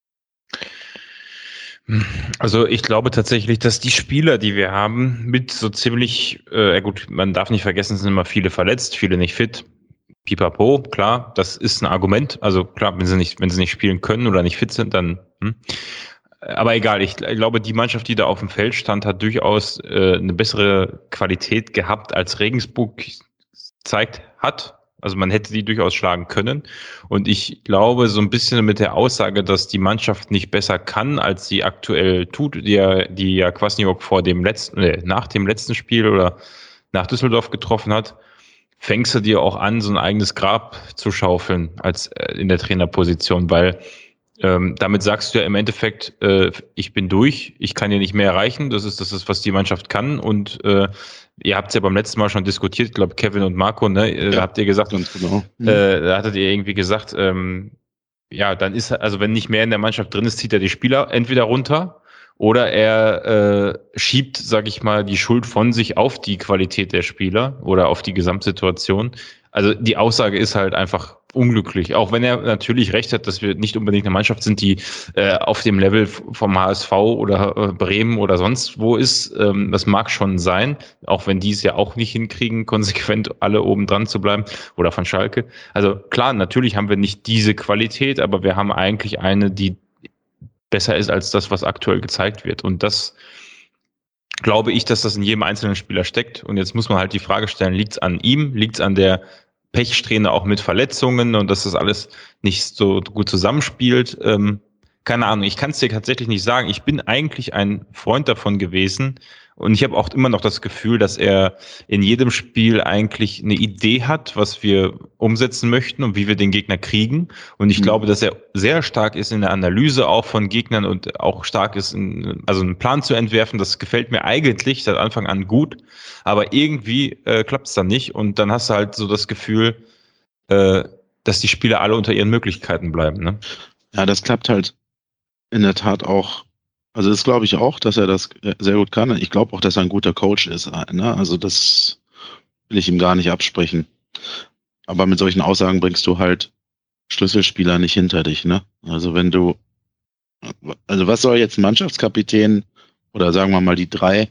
Also ich glaube tatsächlich, dass die Spieler, die wir haben, mit so ziemlich, gut, man darf nicht vergessen, es sind immer viele verletzt, viele nicht fit. Pipapo, klar, das ist ein Argument. Also klar, wenn sie nicht spielen können oder nicht fit sind, dann. Aber egal, ich glaube, die Mannschaft, die da auf dem Feld stand, hat durchaus eine bessere Qualität gehabt, als Regensburg hat. Also man hätte die durchaus schlagen können. Und ich glaube, so ein bisschen mit der Aussage, dass die Mannschaft nicht besser kann, als sie aktuell tut, die ja Kwasniok nach dem letzten Spiel oder nach Düsseldorf getroffen hat, fängst du dir auch an, so ein eigenes Grab zu schaufeln als in der Trainerposition, weil damit sagst du ja im Endeffekt, ich bin durch, ich kann hier nicht mehr erreichen, das ist, was die Mannschaft kann und ihr habt es ja beim letzten Mal schon diskutiert, ich glaube Kevin und Marco, ne? Da habt ihr gesagt, ganz genau. Da hattet ihr irgendwie gesagt, ja, dann ist, also wenn nicht mehr in der Mannschaft drin ist, zieht er die Spieler entweder runter oder er schiebt, sag ich mal, die Schuld von sich auf die Qualität der Spieler oder auf die Gesamtsituation. Also die Aussage ist halt einfach unglücklich, auch wenn er natürlich recht hat, dass wir nicht unbedingt eine Mannschaft sind, die auf dem Level vom HSV oder Bremen oder sonst wo ist. Das mag schon sein, auch wenn die es ja auch nicht hinkriegen, konsequent alle oben dran zu bleiben oder von Schalke. Also klar, natürlich haben wir nicht diese Qualität, aber wir haben eigentlich eine, die besser ist als das, was aktuell gezeigt wird. Und das glaube ich, dass das in jedem einzelnen Spieler steckt. Und jetzt muss man halt die Frage stellen, liegt es an ihm, liegt es an der Pechsträhne auch mit Verletzungen und dass das alles nicht so gut zusammenspielt. Keine Ahnung, ich kann es dir tatsächlich nicht sagen. Ich bin eigentlich ein Freund davon gewesen und ich habe auch immer noch das Gefühl, dass er in jedem Spiel eigentlich eine Idee hat, was wir umsetzen möchten und wie wir den Gegner kriegen. Und ich glaube, dass er sehr stark ist in der Analyse auch von Gegnern und auch stark ist, also einen Plan zu entwerfen. Das gefällt mir eigentlich seit Anfang an gut. Aber irgendwie klappt es dann nicht und dann hast du halt so das Gefühl, dass die Spieler alle unter ihren Möglichkeiten bleiben. Ne? Ja, das klappt halt in der Tat auch. Also das glaube ich auch, dass er das sehr gut kann. Ich glaube auch, dass er ein guter Coach ist. Ne? Also das will ich ihm gar nicht absprechen. Aber mit solchen Aussagen bringst du halt Schlüsselspieler nicht hinter dich. Ne? Also was soll jetzt ein Mannschaftskapitän oder sagen wir mal die 3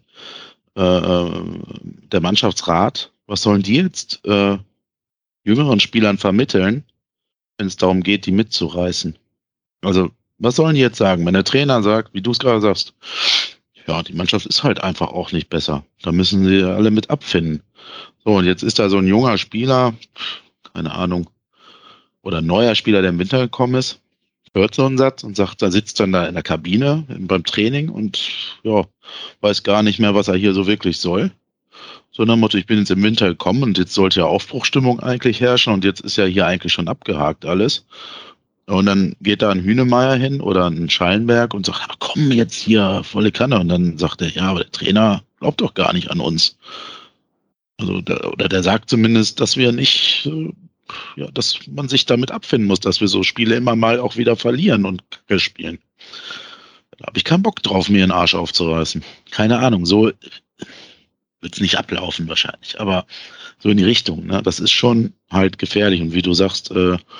der Mannschaftsrat, was sollen die jetzt jüngeren Spielern vermitteln, wenn es darum geht, die mitzureißen? Also was sollen die jetzt sagen, wenn der Trainer sagt, wie du es gerade sagst, ja, die Mannschaft ist halt einfach auch nicht besser. Da müssen sie alle mit abfinden. So, und jetzt ist da so ein junger Spieler, keine Ahnung, oder ein neuer Spieler, der im Winter gekommen ist, hört so einen Satz und sagt, da sitzt dann da in der Kabine beim Training und ja, weiß gar nicht mehr, was er hier so wirklich soll. So nach dem Motto, ich bin jetzt im Winter gekommen und jetzt sollte ja Aufbruchstimmung eigentlich herrschen und jetzt ist ja hier eigentlich schon abgehakt alles. Und dann geht da ein Hünemeyer hin oder ein Schallenberg und sagt, ach komm, jetzt hier volle Kanne. Und dann sagt er, ja, aber der Trainer glaubt doch gar nicht an uns. Also der sagt zumindest, dass wir nicht, ja, dass man sich damit abfinden muss, dass wir so Spiele immer mal auch wieder verlieren und Kacke spielen. Da habe ich keinen Bock drauf, mir den Arsch aufzureißen. Keine Ahnung, so wird es nicht ablaufen wahrscheinlich, aber so in die Richtung. Ne? Das ist schon halt gefährlich. Und wie du sagst,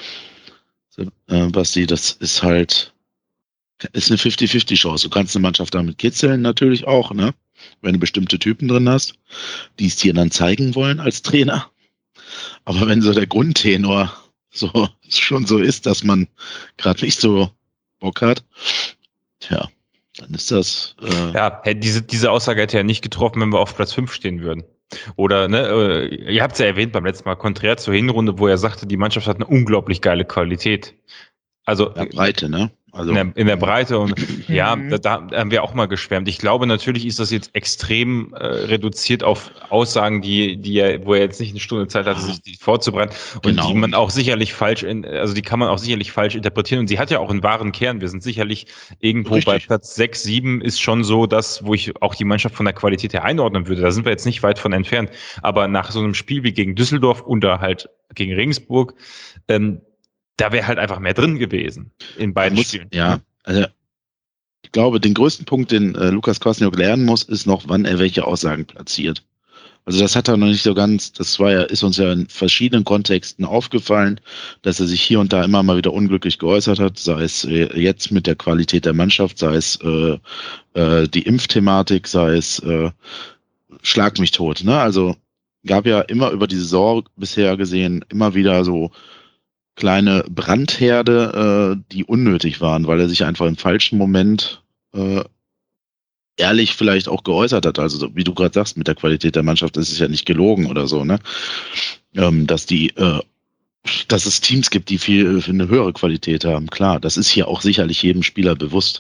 Basti, das ist halt, ist eine 50-50-Chance. Du kannst eine Mannschaft damit kitzeln natürlich auch, ne? Wenn du bestimmte Typen drin hast, die es dir dann zeigen wollen als Trainer. Aber wenn so der Grundtenor so schon so ist, dass man gerade nicht so Bock hat, tja, dann ist das... Ja, diese Aussage hätte er nicht getroffen, wenn wir auf Platz 5 stehen würden. Oder, ne, ihr habt es ja erwähnt beim letzten Mal, konträr zur Hinrunde, wo er sagte, die Mannschaft hat eine unglaublich geile Qualität. Also in der Breite, ne? Also in der Breite und ja, da haben wir auch mal geschwärmt. Ich glaube, natürlich ist das jetzt extrem reduziert auf Aussagen, wo er jetzt nicht eine Stunde Zeit hatte, sich die vorzubereiten und genau. Die man auch sicherlich die kann man auch sicherlich falsch interpretieren und sie hat ja auch einen wahren Kern. Wir sind sicherlich irgendwo Richtig. bei Platz 6, 7 ist schon so das, wo ich auch die Mannschaft von der Qualität her einordnen würde. Da sind wir jetzt nicht weit von entfernt. Aber nach so einem Spiel wie gegen Düsseldorf oder halt gegen Regensburg, da wäre halt einfach mehr drin gewesen in beiden Spielen. Ja, also ich glaube, den größten Punkt, den Lukas Kwasniok lernen muss, ist noch, wann er welche Aussagen platziert. Also das hat er noch nicht so ganz, ist uns ja in verschiedenen Kontexten aufgefallen, dass er sich hier und da immer mal wieder unglücklich geäußert hat, sei es jetzt mit der Qualität der Mannschaft, sei es die Impfthematik, sei es Schlag mich tot. Ne? Also gab ja immer über die Saison bisher gesehen immer wieder so kleine Brandherde, die unnötig waren, weil er sich einfach im falschen Moment ehrlich vielleicht auch geäußert hat. Also wie du gerade sagst, mit der Qualität der Mannschaft ist es ja nicht gelogen oder so, ne? Dass die dass es Teams gibt, die viel eine höhere Qualität haben. Klar, das ist hier auch sicherlich jedem Spieler bewusst.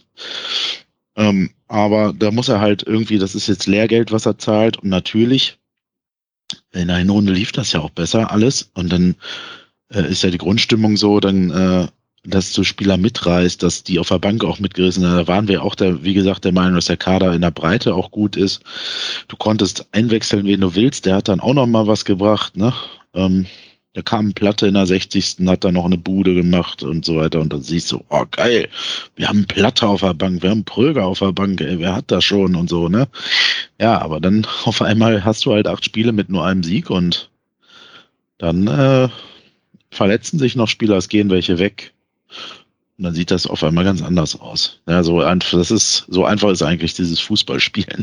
Aber da muss er halt irgendwie, das ist jetzt Lehrgeld, was er zahlt. Und natürlich, in der Hinrunde lief das ja auch besser alles. Und dann ist ja die Grundstimmung so, dann, dass du Spieler mitreißt, dass die auf der Bank auch mitgerissen sind. Da waren wir auch, wie gesagt, der Meinung, dass der Kader in der Breite auch gut ist. Du konntest einwechseln, wen du willst. Der hat dann auch noch mal was gebracht, ne? Da kam Platte in der 60. hat dann noch eine Bude gemacht und so weiter. Und dann siehst du, oh geil, wir haben Platte auf der Bank, wir haben Pröger auf der Bank, ey, wer hat das schon und so, ne? Ja, aber dann auf einmal hast du halt 8 Spiele mit nur einem Sieg und dann verletzen sich noch Spieler, es gehen welche weg. Und dann sieht das auf einmal ganz anders aus. Ja, so einfach ist eigentlich dieses Fußballspielen.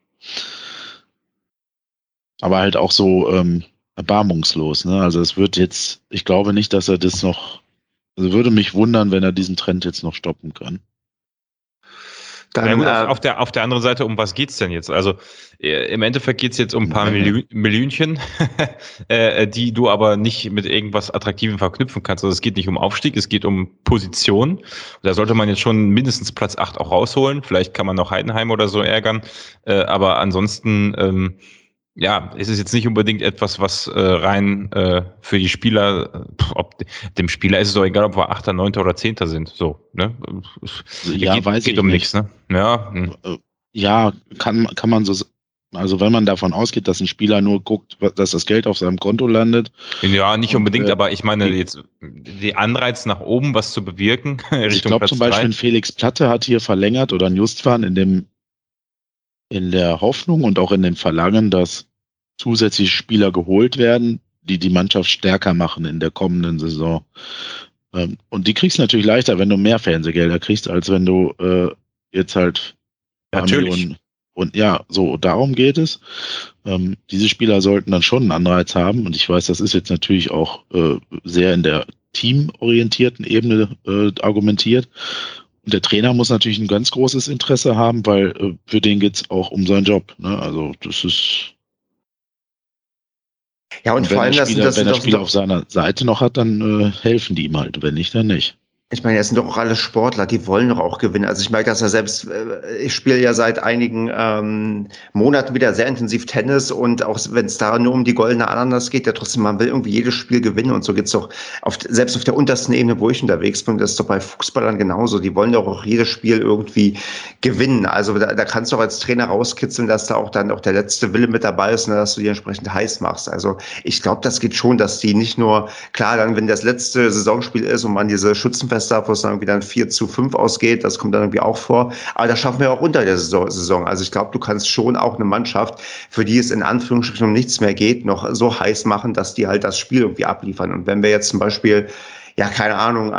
Aber halt auch so erbarmungslos, ne? Also es wird jetzt, ich glaube nicht, dass er das noch, also würde mich wundern, wenn er diesen Trend jetzt noch stoppen kann. Dann, ja, gut, auf der anderen Seite, um was geht's denn jetzt? Also im Endeffekt geht's jetzt um ein paar Millionchen, die du aber nicht mit irgendwas Attraktivem verknüpfen kannst. Also es geht nicht um Aufstieg, es geht um Position. Da sollte man jetzt schon mindestens Platz 8 auch rausholen. Vielleicht kann man noch Heidenheim oder so ärgern. Aber ansonsten ja, es ist jetzt nicht unbedingt etwas, was rein für die Spieler, dem Spieler ist es doch egal, ob wir 8., 9. oder 10. sind. So, ne? Ja, geht um nichts, ne? Ja, ja, kann man so, also wenn man davon ausgeht, dass ein Spieler nur guckt, dass das Geld auf seinem Konto landet. Ja, nicht unbedingt, aber ich meine jetzt die Anreiz nach oben, was zu bewirken. Ich glaube zum Beispiel, ein Felix Platte hat hier verlängert oder ein Justwan in der Hoffnung und auch in dem Verlangen, dass zusätzliche Spieler geholt werden, die die Mannschaft stärker machen in der kommenden Saison. Und die kriegst du natürlich leichter, wenn du mehr Fernsehgelder kriegst, als wenn du jetzt halt natürlich. Und ja, so darum geht es. Diese Spieler sollten dann schon einen Anreiz haben. Und ich weiß, das ist jetzt natürlich auch sehr in der teamorientierten Ebene argumentiert. Und der Trainer muss natürlich ein ganz großes Interesse haben, weil für den geht's auch um seinen Job. Ne? Also das ist. Ja, und vor allem, wenn der Spieler auf seiner Seite noch hat, dann helfen die ihm halt. Wenn nicht, dann nicht. Ich meine, es sind doch auch alle Sportler, die wollen doch auch gewinnen. Also ich merke das ja selbst, ich spiele ja seit einigen Monaten wieder sehr intensiv Tennis und auch wenn es da nur um die goldene Ananas geht, ja trotzdem, man will irgendwie jedes Spiel gewinnen und so geht's doch selbst auf der untersten Ebene, wo ich unterwegs bin, das ist doch bei Fußballern genauso. Die wollen doch auch jedes Spiel irgendwie gewinnen. Also da kannst du auch als Trainer rauskitzeln, dass da auch dann auch der letzte Wille mit dabei ist und dass du die entsprechend heiß machst. Also ich glaube, das geht schon, dass die nicht nur, klar, dann wenn das letzte Saisonspiel ist und man diese Schützenfeste hat, wo es dann irgendwie dann 4-5 ausgeht, das kommt dann irgendwie auch vor. Aber das schaffen wir auch unter der Saison. Also ich glaube, du kannst schon auch eine Mannschaft, für die es in Anführungsstrichen um nichts mehr geht, noch so heiß machen, dass die halt das Spiel irgendwie abliefern. Und wenn wir jetzt zum Beispiel, ja, keine Ahnung,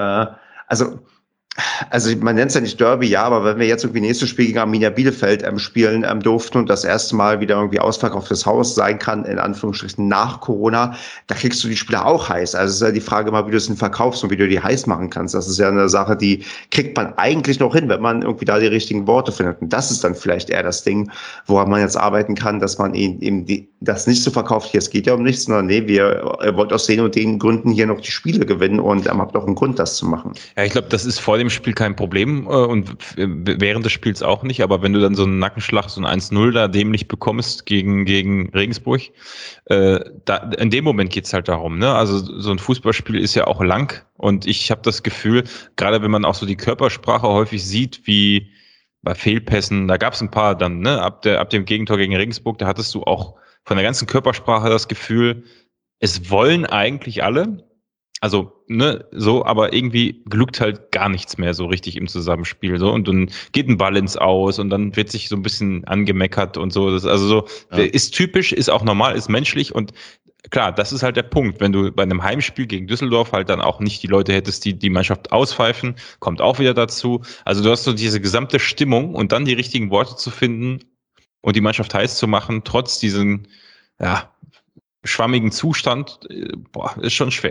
also man nennt es ja nicht Derby, ja, aber wenn wir jetzt irgendwie nächstes Spiel gegen Arminia Bielefeld spielen durften und das erste Mal wieder irgendwie ausverkauftes Haus sein kann, in Anführungsstrichen nach Corona, da kriegst du die Spieler auch heiß. Also es ist ja die Frage immer, wie du es denn verkaufst und wie du die heiß machen kannst. Das ist ja eine Sache, die kriegt man eigentlich noch hin, wenn man irgendwie da die richtigen Worte findet. Und das ist dann vielleicht eher das Ding, woran man jetzt arbeiten kann, dass man eben das nicht so verkauft, hier, es geht ja um nichts, sondern nee, ihr wollt aus den und den Gründen hier noch die Spiele gewinnen und habt auch einen Grund, das zu machen. Ja, ich glaube, das ist vor dem Spiel kein Problem und während des Spiels auch nicht, aber wenn du dann so einen Nackenschlag, so ein 1-0 da dämlich bekommst gegen Regensburg, in dem Moment geht's halt darum, ne? Also so ein Fußballspiel ist ja auch lang und ich habe das Gefühl, gerade wenn man auch so die Körpersprache häufig sieht, wie bei Fehlpässen, da gab's ein paar dann, ne? Ab dem Gegentor gegen Regensburg, da hattest du auch von der ganzen Körpersprache das Gefühl, es wollen eigentlich alle, also, ne, so, aber irgendwie glückt halt gar nichts mehr so richtig im Zusammenspiel, so, und dann geht ein Ball ins Aus und dann wird sich so ein bisschen angemeckert und so, das, also so, ja. Ist typisch, ist auch normal, ist menschlich und klar, das ist halt der Punkt, wenn du bei einem Heimspiel gegen Düsseldorf halt dann auch nicht die Leute hättest, die die Mannschaft auspfeifen, kommt auch wieder dazu, also du hast so diese gesamte Stimmung und dann die richtigen Worte zu finden und die Mannschaft heiß zu machen, trotz diesen, ja, schwammigen Zustand, ist schon schwer.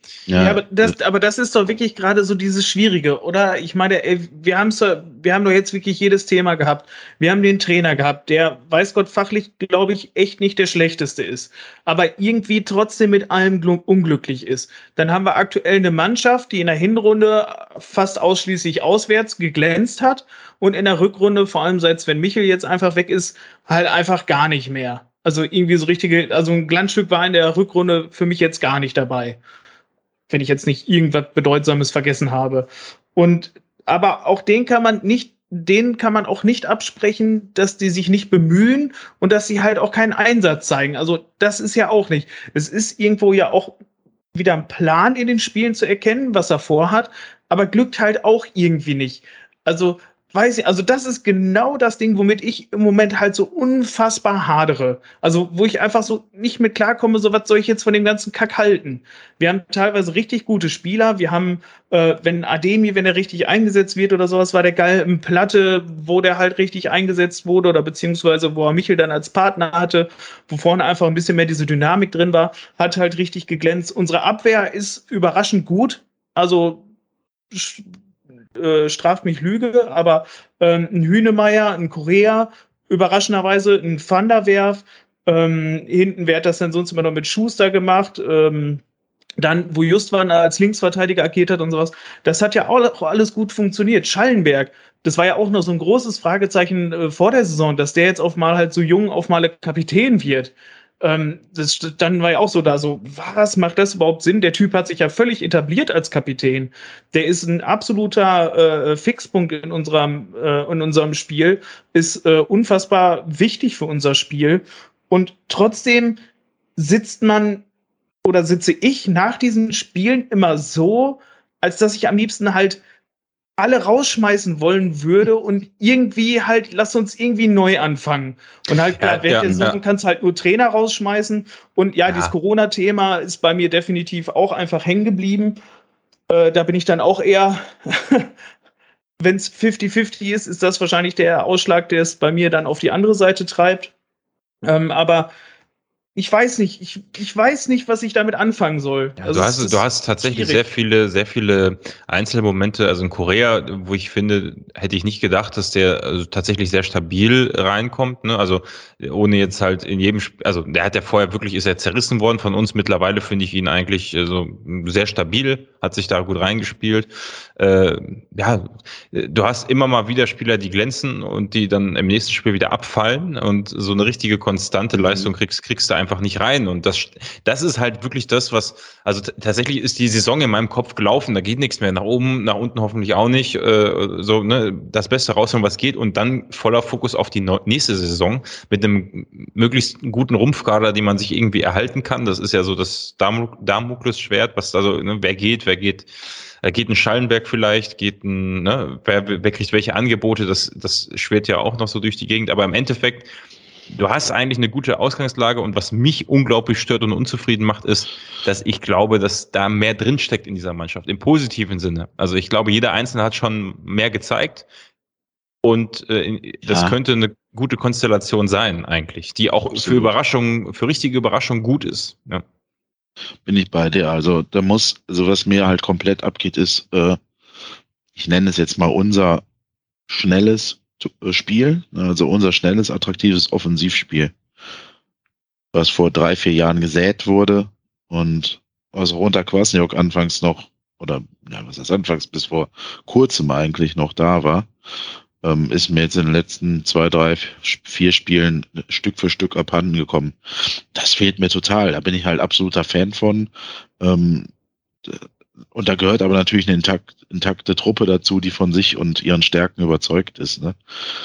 Ja, aber das ist doch wirklich gerade so dieses Schwierige, oder? Ich meine, wir haben doch jetzt wirklich jedes Thema gehabt. Wir haben den Trainer gehabt, der, weiß Gott, fachlich, glaube ich, echt nicht der Schlechteste ist, aber irgendwie trotzdem mit allem unglücklich ist. Dann haben wir aktuell eine Mannschaft, die in der Hinrunde fast ausschließlich auswärts geglänzt hat und in der Rückrunde, vor allem seit Sven Michel jetzt einfach weg ist, halt einfach gar nicht mehr. Also irgendwie so also ein Glanzstück war in der Rückrunde für mich jetzt gar nicht dabei, wenn ich jetzt nicht irgendwas Bedeutsames vergessen habe. Aber auch denen kann man auch nicht absprechen, dass die sich nicht bemühen und dass sie halt auch keinen Einsatz zeigen. Also das ist ja auch nicht. Es ist irgendwo ja auch wieder ein Plan in den Spielen zu erkennen, was er vorhat, aber glückt halt auch irgendwie nicht. Also weiß ich, also das ist genau das Ding, womit ich im Moment halt so unfassbar hadere. Also wo ich einfach so nicht mit klarkomme, so was soll ich jetzt von dem ganzen Kack halten? Wir haben teilweise richtig gute Spieler. Wir haben, wenn Ademi, wenn er richtig eingesetzt wird oder sowas, war der geil im Platte, wo der halt richtig eingesetzt wurde oder beziehungsweise wo er Michel dann als Partner hatte, wo vorne einfach ein bisschen mehr diese Dynamik drin war, hat halt richtig geglänzt. Unsere Abwehr ist überraschend gut. Also straft mich Lüge, aber ein Hünemeyer, ein Korea, überraschenderweise ein Van der Werf, hinten, wer hat das denn sonst immer noch mit Schuster gemacht, dann, wo Justwan als Linksverteidiger agiert hat und sowas, das hat ja auch alles gut funktioniert. Schallenberg, das war ja auch noch so ein großes Fragezeichen vor der Saison, dass der jetzt auf mal halt so jung auf mal Kapitän wird. Dann war ja auch so da so, was macht das überhaupt Sinn? Der Typ hat sich ja völlig etabliert als Kapitän. Der ist ein absoluter Fixpunkt in unserem Spiel, ist unfassbar wichtig für unser Spiel. Und trotzdem sitze ich nach diesen Spielen immer so, als dass ich am liebsten halt alle rausschmeißen wollen würde und irgendwie halt, lass uns irgendwie neu anfangen. Und halt klar, während der Saison kannst du halt nur Trainer rausschmeißen. Und dieses Corona-Thema ist bei mir definitiv auch einfach hängen geblieben. Da bin ich dann auch eher, wenn es 50-50 ist das wahrscheinlich der Ausschlag, der es bei mir dann auf die andere Seite treibt. Aber ich weiß nicht, ich weiß nicht, was ich damit anfangen soll. Ja, also du hast tatsächlich sehr viele Einzelmomente, also in Korea, wo ich finde, hätte ich nicht gedacht, dass der also tatsächlich sehr stabil reinkommt, ne? Also ohne jetzt halt in jedem also der hat ja vorher ist er zerrissen worden von uns, mittlerweile finde ich ihn eigentlich so sehr stabil, hat sich da gut reingespielt. Du hast immer mal wieder Spieler, die glänzen und die dann im nächsten Spiel wieder abfallen und so eine richtige konstante Leistung kriegst du einfach nicht rein und das ist halt wirklich das, was, also tatsächlich ist die Saison in meinem Kopf gelaufen, da geht nichts mehr, nach oben, nach unten hoffentlich auch nicht, das Beste rausholen, was geht und dann voller Fokus auf die nächste Saison mit einem möglichst guten Rumpfkader, die man sich irgendwie erhalten kann, das ist ja so das Damoklesschwert, was also, wer geht ein Schallenberg vielleicht, wer kriegt welche Angebote, das schwirrt ja auch noch so durch die Gegend, aber im Endeffekt, du hast eigentlich eine gute Ausgangslage und was mich unglaublich stört und unzufrieden macht, ist, dass ich glaube, dass da mehr drinsteckt in dieser Mannschaft, im positiven Sinne. Also ich glaube, jeder Einzelne hat schon mehr gezeigt und das könnte eine gute Konstellation sein eigentlich, die auch für richtige Überraschungen gut ist. Ja. Bin ich bei dir. Also was mir halt komplett abgeht, ist, ich nenne es jetzt mal unser schnelles Spiel, also unser schnelles, attraktives Offensivspiel, was vor 3-4 Jahren gesät wurde und was auch unter Kwasniok anfangs noch, oder was heißt anfangs, bis vor kurzem eigentlich noch da war, ist mir jetzt in den letzten 2, 3, 4 Spielen Stück für Stück abhanden gekommen. Das fehlt mir total. Da bin ich halt absoluter Fan von. Und da gehört aber natürlich eine intakte Truppe dazu, die von sich und ihren Stärken überzeugt ist. Ne?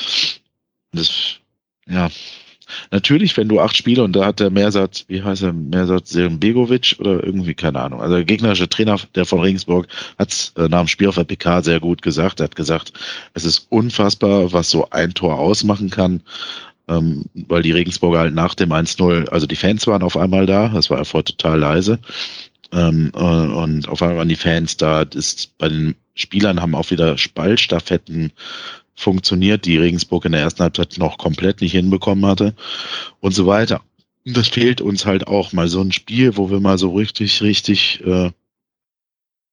Natürlich, wenn du 8 Spieler und da hat der Mersat Serembegovic oder irgendwie, keine Ahnung. Also der gegnerische Trainer, der von Regensburg, hat es nach dem Spiel auf der PK sehr gut gesagt. Er hat gesagt, es ist unfassbar, was so ein Tor ausmachen kann, weil die Regensburger halt nach dem 1-0, also die Fans waren auf einmal da, das war vorher total leise. Und auf einmal waren die Fans da, bei den Spielern haben auch wieder Ballstaffetten funktioniert, die Regensburg in der ersten Halbzeit noch komplett nicht hinbekommen hatte und so weiter. Und das fehlt uns halt auch mal so ein Spiel, wo wir mal so richtig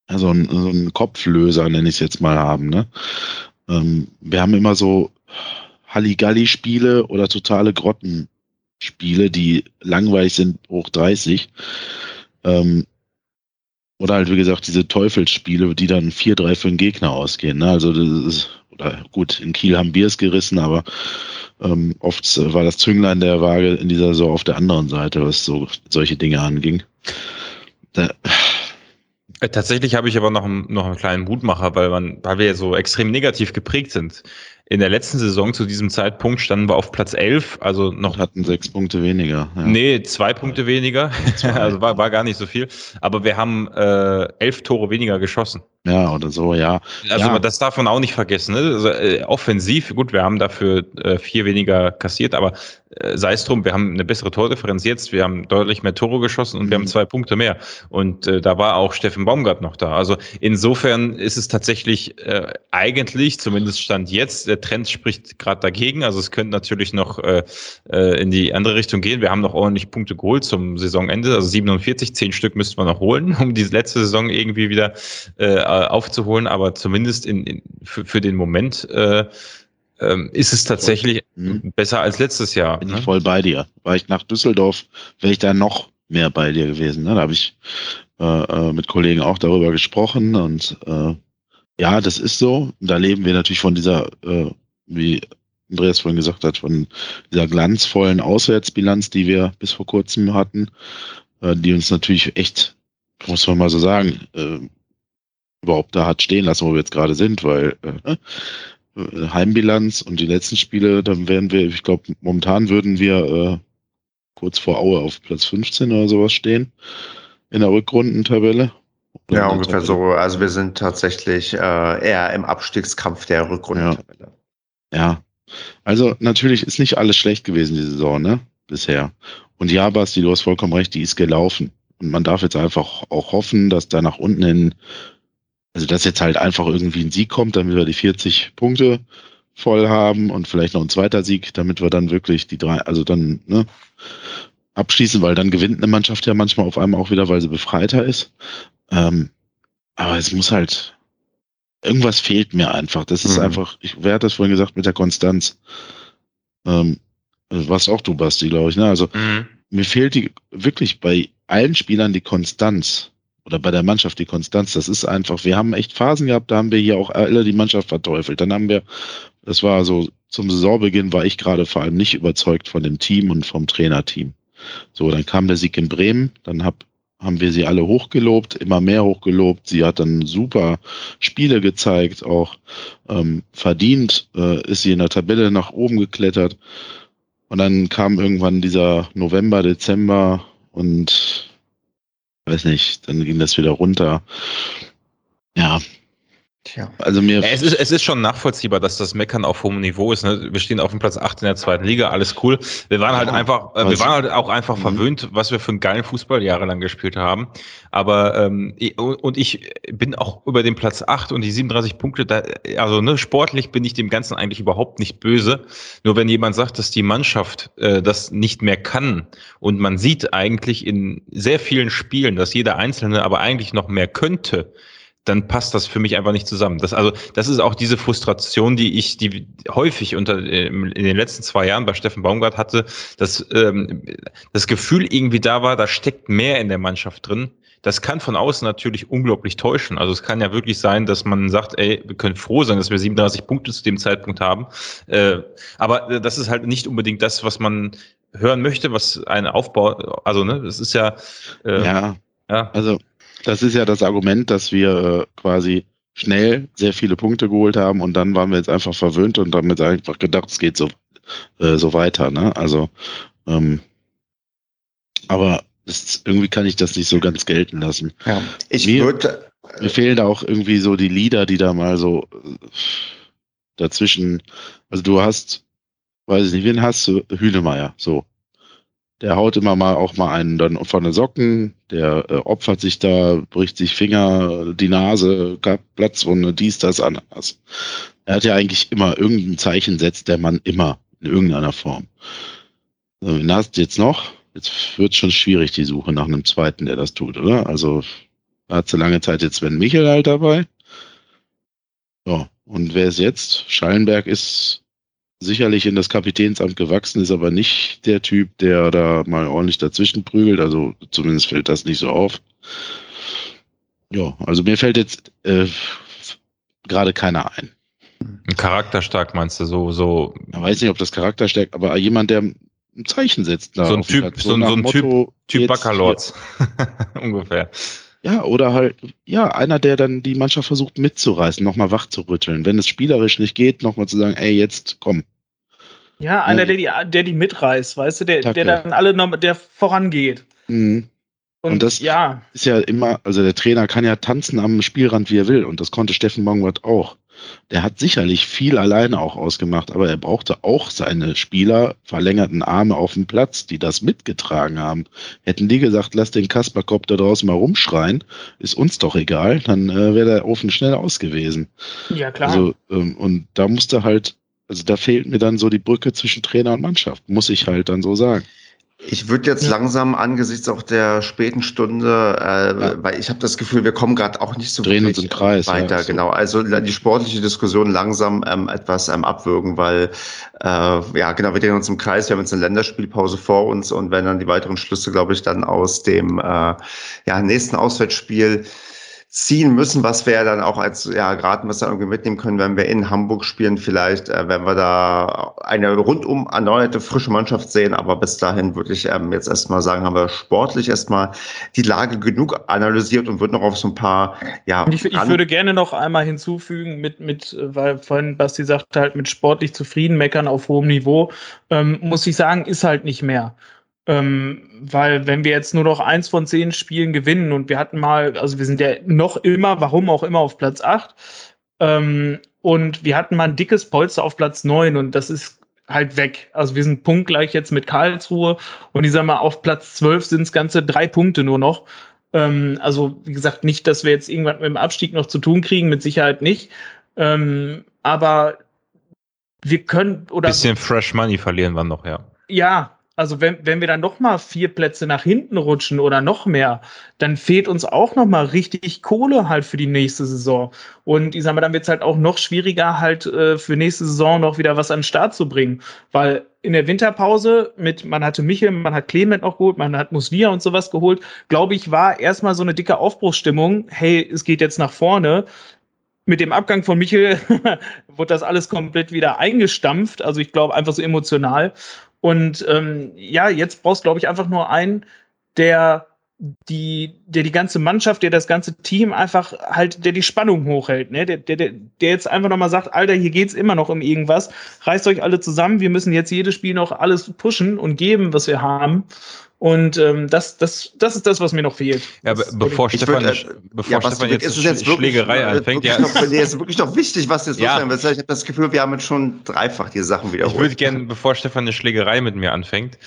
so ein Kopflöser, nenne ich es jetzt mal, haben. Ne? Wir haben immer so Halligalli-Spiele oder totale Grottenspiele, die langweilig sind, hoch 30. Oder halt, wie gesagt, diese Teufelsspiele, die dann 4-3 für den Gegner ausgehen. Ne? Also das ist, oder gut, in Kiel haben wir es gerissen, aber oft war das Zünglein der Waage in dieser Saison auf der anderen Seite, was so solche Dinge anging. Tatsächlich habe ich aber noch einen kleinen Mutmacher, weil wir ja so extrem negativ geprägt sind. In der letzten Saison zu diesem Zeitpunkt standen wir auf Platz 11, also noch. Hatten 6 Punkte weniger. Ja. Nee, 2 Punkte weniger, also war gar nicht so viel. Aber wir haben 11 Tore weniger geschossen. Ja, oder so, ja. Also das darf man auch nicht vergessen. Ne? Also, offensiv, gut, wir haben dafür 4 weniger kassiert, aber sei es drum, wir haben eine bessere Tordifferenz jetzt, wir haben deutlich mehr Tore geschossen und wir haben 2 Punkte mehr. Und da war auch Steffen Baumgart noch da. Also insofern ist es tatsächlich eigentlich, zumindest Stand jetzt, der Trend spricht gerade dagegen. Also es könnte natürlich noch in die andere Richtung gehen. Wir haben noch ordentlich Punkte geholt zum Saisonende, also 47, 10 Stück müssten wir noch holen, um die letzte Saison irgendwie wieder aufzuholen, aber zumindest für den Moment ist es tatsächlich besser als letztes Jahr. Bin ich voll bei dir. War ich nach Düsseldorf, wäre ich da noch mehr bei dir gewesen. Ne? Da habe ich mit Kollegen auch darüber gesprochen und ja, das ist so. Da leben wir natürlich von dieser, wie Andreas vorhin gesagt hat, von dieser glanzvollen Auswärtsbilanz, die wir bis vor kurzem hatten, die uns natürlich echt, muss man mal so sagen, überhaupt da hat stehen lassen, wo wir jetzt gerade sind, weil Heimbilanz und die letzten Spiele, dann wären wir, ich glaube, momentan würden wir kurz vor Aue auf Platz 15 oder sowas stehen in der Rückrundentabelle. Ja, ungefähr so. Also wir sind tatsächlich eher im Abstiegskampf der Rückrundentabelle. Ja, also natürlich ist nicht alles schlecht gewesen die Saison, ne? Bisher. Und ja, Basti, du hast vollkommen recht, die ist gelaufen. Und man darf jetzt einfach auch hoffen, dass da nach unten hin, also dass jetzt halt einfach irgendwie ein Sieg kommt, damit wir die 40 Punkte voll haben und vielleicht noch ein zweiter Sieg, damit wir dann wirklich die 3, also dann abschließen, weil dann gewinnt eine Mannschaft ja manchmal auf einmal auch wieder, weil sie befreiter ist. Aber es muss halt, irgendwas fehlt mir einfach. Das ist einfach, wer hat das vorhin gesagt, mit der Konstanz? Was auch du, Basti, glaube ich. Ne? Also mir fehlt die wirklich bei allen Spielern die Konstanz. Oder bei der Mannschaft die Konstanz, das ist einfach, wir haben echt Phasen gehabt, da haben wir hier auch alle die Mannschaft verteufelt. Dann haben wir, das war so, zum Saisonbeginn war ich gerade vor allem nicht überzeugt von dem Team und vom Trainerteam. So, dann kam der Sieg in Bremen, dann haben wir sie alle hochgelobt, immer mehr hochgelobt. Sie hat dann super Spiele gezeigt, auch verdient ist sie in der Tabelle nach oben geklettert. Und dann kam irgendwann dieser November, Dezember und weiß nicht, dann ging das wieder runter. Ja. Tja. Also es ist schon nachvollziehbar, dass das Meckern auf hohem Niveau ist. Ne? Wir stehen auf dem Platz 8 in der zweiten Liga, alles cool. Wir waren halt auch einfach verwöhnt, was wir für einen geilen Fußball jahrelang gespielt haben. Aber ich bin auch über den Platz 8 und die 37 Punkte, sportlich bin ich dem Ganzen eigentlich überhaupt nicht böse. Nur wenn jemand sagt, dass die Mannschaft das nicht mehr kann und man sieht eigentlich in sehr vielen Spielen, dass jeder Einzelne aber eigentlich noch mehr könnte, dann passt das für mich einfach nicht zusammen. Das ist auch diese Frustration, die häufig in den letzten 2 Jahren bei Steffen Baumgart hatte, dass das Gefühl irgendwie da war, da steckt mehr in der Mannschaft drin. Das kann von außen natürlich unglaublich täuschen. Also es kann ja wirklich sein, dass man sagt, ey, wir können froh sein, dass wir 37 Punkte zu dem Zeitpunkt haben. Aber das ist halt nicht unbedingt das, was man hören möchte, was einen aufbaut. Also, ne, das ist ja. Also das ist ja das Argument, dass wir quasi schnell sehr viele Punkte geholt haben und dann waren wir jetzt einfach verwöhnt und damit einfach gedacht, es geht so weiter. Ne? Also, aber irgendwie kann ich das nicht so ganz gelten lassen. Ja. Mir fehlen da auch irgendwie so die Lieder, die da mal so dazwischen, also du hast, weiß ich nicht, wen hast du? Hühnemeier, so. Der haut immer mal auch mal einen dann von den Socken, der opfert sich da, bricht sich Finger, die Nase, Platzwunde, dies, das, anderes. Er hat ja eigentlich immer irgendein Zeichen, setzt der Mann immer in irgendeiner Form. Also, wen hast du jetzt noch? Jetzt wird schon schwierig, die Suche nach einem zweiten, der das tut, oder? Also Da hat sie lange Zeit jetzt Sven Michel halt dabei. Ja, und wer ist jetzt? Schallenberg ist sicherlich in das Kapitänsamt gewachsen, ist aber nicht der Typ, der da mal ordentlich dazwischen prügelt. Also zumindest fällt das nicht so auf. Ja, also mir fällt jetzt gerade keiner ein. Charakterstark meinst du so? Ich weiß nicht, ob das charakterstark, aber jemand, der ein Zeichen setzt. Da so ein Typ, so ein Typ Bacalords ungefähr. Ja, oder halt, ja, einer, der dann die Mannschaft versucht mitzureißen, nochmal wach zu rütteln. Wenn es spielerisch nicht geht, nochmal zu sagen, ey, jetzt komm. Ja, einer, der die mitreißt, weißt du, der dann alle noch, der vorangeht. Mhm. Und das ist ja immer, also der Trainer kann ja tanzen am Spielrand, wie er will. Und das konnte Steffen Baumgart auch. Der hat sicherlich viel alleine auch ausgemacht, aber er brauchte auch seine Spieler, verlängerten Arme auf dem Platz, die das mitgetragen haben. Hätten die gesagt, lass den Kasperkopf da draußen mal rumschreien, ist uns doch egal, dann wäre der Ofen schnell aus gewesen. Ja, klar. Also, und da musste halt, also da fehlt mir dann so die Brücke zwischen Trainer und Mannschaft, muss ich halt dann so sagen. Ich würde jetzt langsam angesichts auch der späten Stunde, weil ich habe das Gefühl, wir kommen gerade auch nicht so drehen uns im Kreis weiter. Ja, so. Genau, also die sportliche Diskussion langsam etwas abwürgen, weil genau, wir drehen uns im Kreis. Wir haben jetzt eine Länderspielpause vor uns und wenn dann die weiteren Schlüsse, glaube ich, dann aus dem nächsten Auswärtsspiel ziehen müssen, was wir ja dann auch als Gradmesser irgendwie mitnehmen können, wenn wir in Hamburg spielen, vielleicht, wenn wir da eine rundum erneuerte, frische Mannschaft sehen, aber bis dahin würde ich jetzt erstmal sagen, haben wir sportlich erstmal die Lage genug analysiert und würde noch auf so ein paar, Ich würde gerne noch einmal hinzufügen, weil vorhin Basti sagte halt, mit sportlich zufrieden, meckern auf hohem Niveau, muss ich sagen, ist halt nicht mehr. Weil wenn wir jetzt nur noch 1 von 10 Spielen gewinnen und wir hatten mal, also wir sind ja noch immer, warum auch immer, auf Platz 8 und wir hatten mal ein dickes Polster auf Platz 9 und das ist halt weg. Also wir sind punktgleich jetzt mit Karlsruhe und ich sag mal, auf Platz 12 sind es ganze 3 Punkte nur noch. Also wie gesagt, nicht, dass wir jetzt irgendwann mit dem Abstieg noch zu tun kriegen, mit Sicherheit nicht. Aber wir können, oder... Bisschen Fresh Money verlieren wir noch, ja. Ja, also wenn wir dann noch mal 4 Plätze nach hinten rutschen oder noch mehr, dann fehlt uns auch noch mal richtig Kohle halt für die nächste Saison. Und ich sag mal, dann wird es halt auch noch schwieriger halt für nächste Saison noch wieder was an den Start zu bringen. Weil in der Winterpause man hatte Michel, man hat Clement noch geholt, man hat Muslia und sowas geholt, glaube ich, war erstmal so eine dicke Aufbruchsstimmung. Hey, es geht jetzt nach vorne. Mit dem Abgang von Michel wurde das alles komplett wieder eingestampft. Also ich glaube, einfach so emotional. Und jetzt brauchst du, glaube ich, einfach nur einen, der die ganze Mannschaft, der das ganze Team einfach halt, der die Spannung hochhält, ne? Der jetzt einfach nochmal sagt, Alter, hier geht's immer noch um irgendwas. Reißt euch alle zusammen, wir müssen jetzt jedes Spiel noch alles pushen und geben, was wir haben. Und das ist das, was mir noch fehlt. Ja, bevor Stefan jetzt Schlägerei anfängt. Ist wirklich noch wichtig, was jetzt loswerden willst. Ich habe das Gefühl, wir haben jetzt schon dreifach die Sachen wiederholt. Ich würde gerne, bevor Stefan eine Schlägerei mit mir anfängt,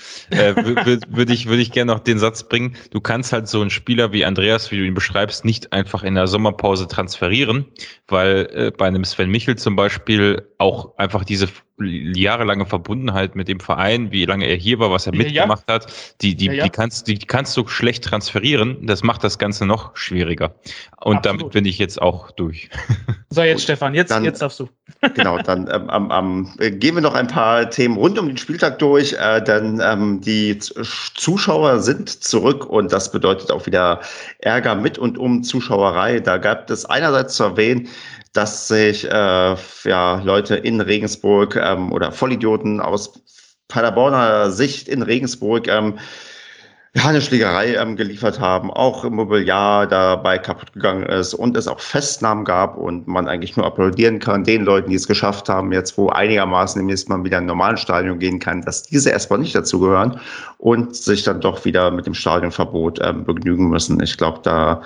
würde ich gerne noch den Satz bringen, du kannst halt so einen Spieler wie Andreas, wie du ihn beschreibst, nicht einfach in der Sommerpause transferieren, weil bei einem Sven Michel zum Beispiel auch einfach diese jahrelange Verbundenheit mit dem Verein, wie lange er hier war, was er mitgemacht hat, die kannst du schlecht transferieren. Das macht das Ganze noch schwieriger. Und Absolut. Damit bin ich jetzt auch durch. So, jetzt Stefan, jetzt darfst du. Genau, dann gehen wir noch ein paar Themen rund um den Spieltag durch, denn die Zuschauer sind zurück und das bedeutet auch wieder Ärger mit und um Zuschauerei. Da gab es einerseits zu erwähnen, dass sich Leute in Regensburg oder Vollidioten aus Paderborner Sicht in Regensburg eine Schlägerei geliefert haben, auch im Mobiliar dabei kaputt gegangen ist und es auch Festnahmen gab und man eigentlich nur applaudieren kann den Leuten, die es geschafft haben, jetzt wo einigermaßen demnächst mal wieder in ein normales Stadion gehen kann, dass diese erstmal nicht dazugehören und sich dann doch wieder mit dem Stadionverbot begnügen müssen. Ich glaube, da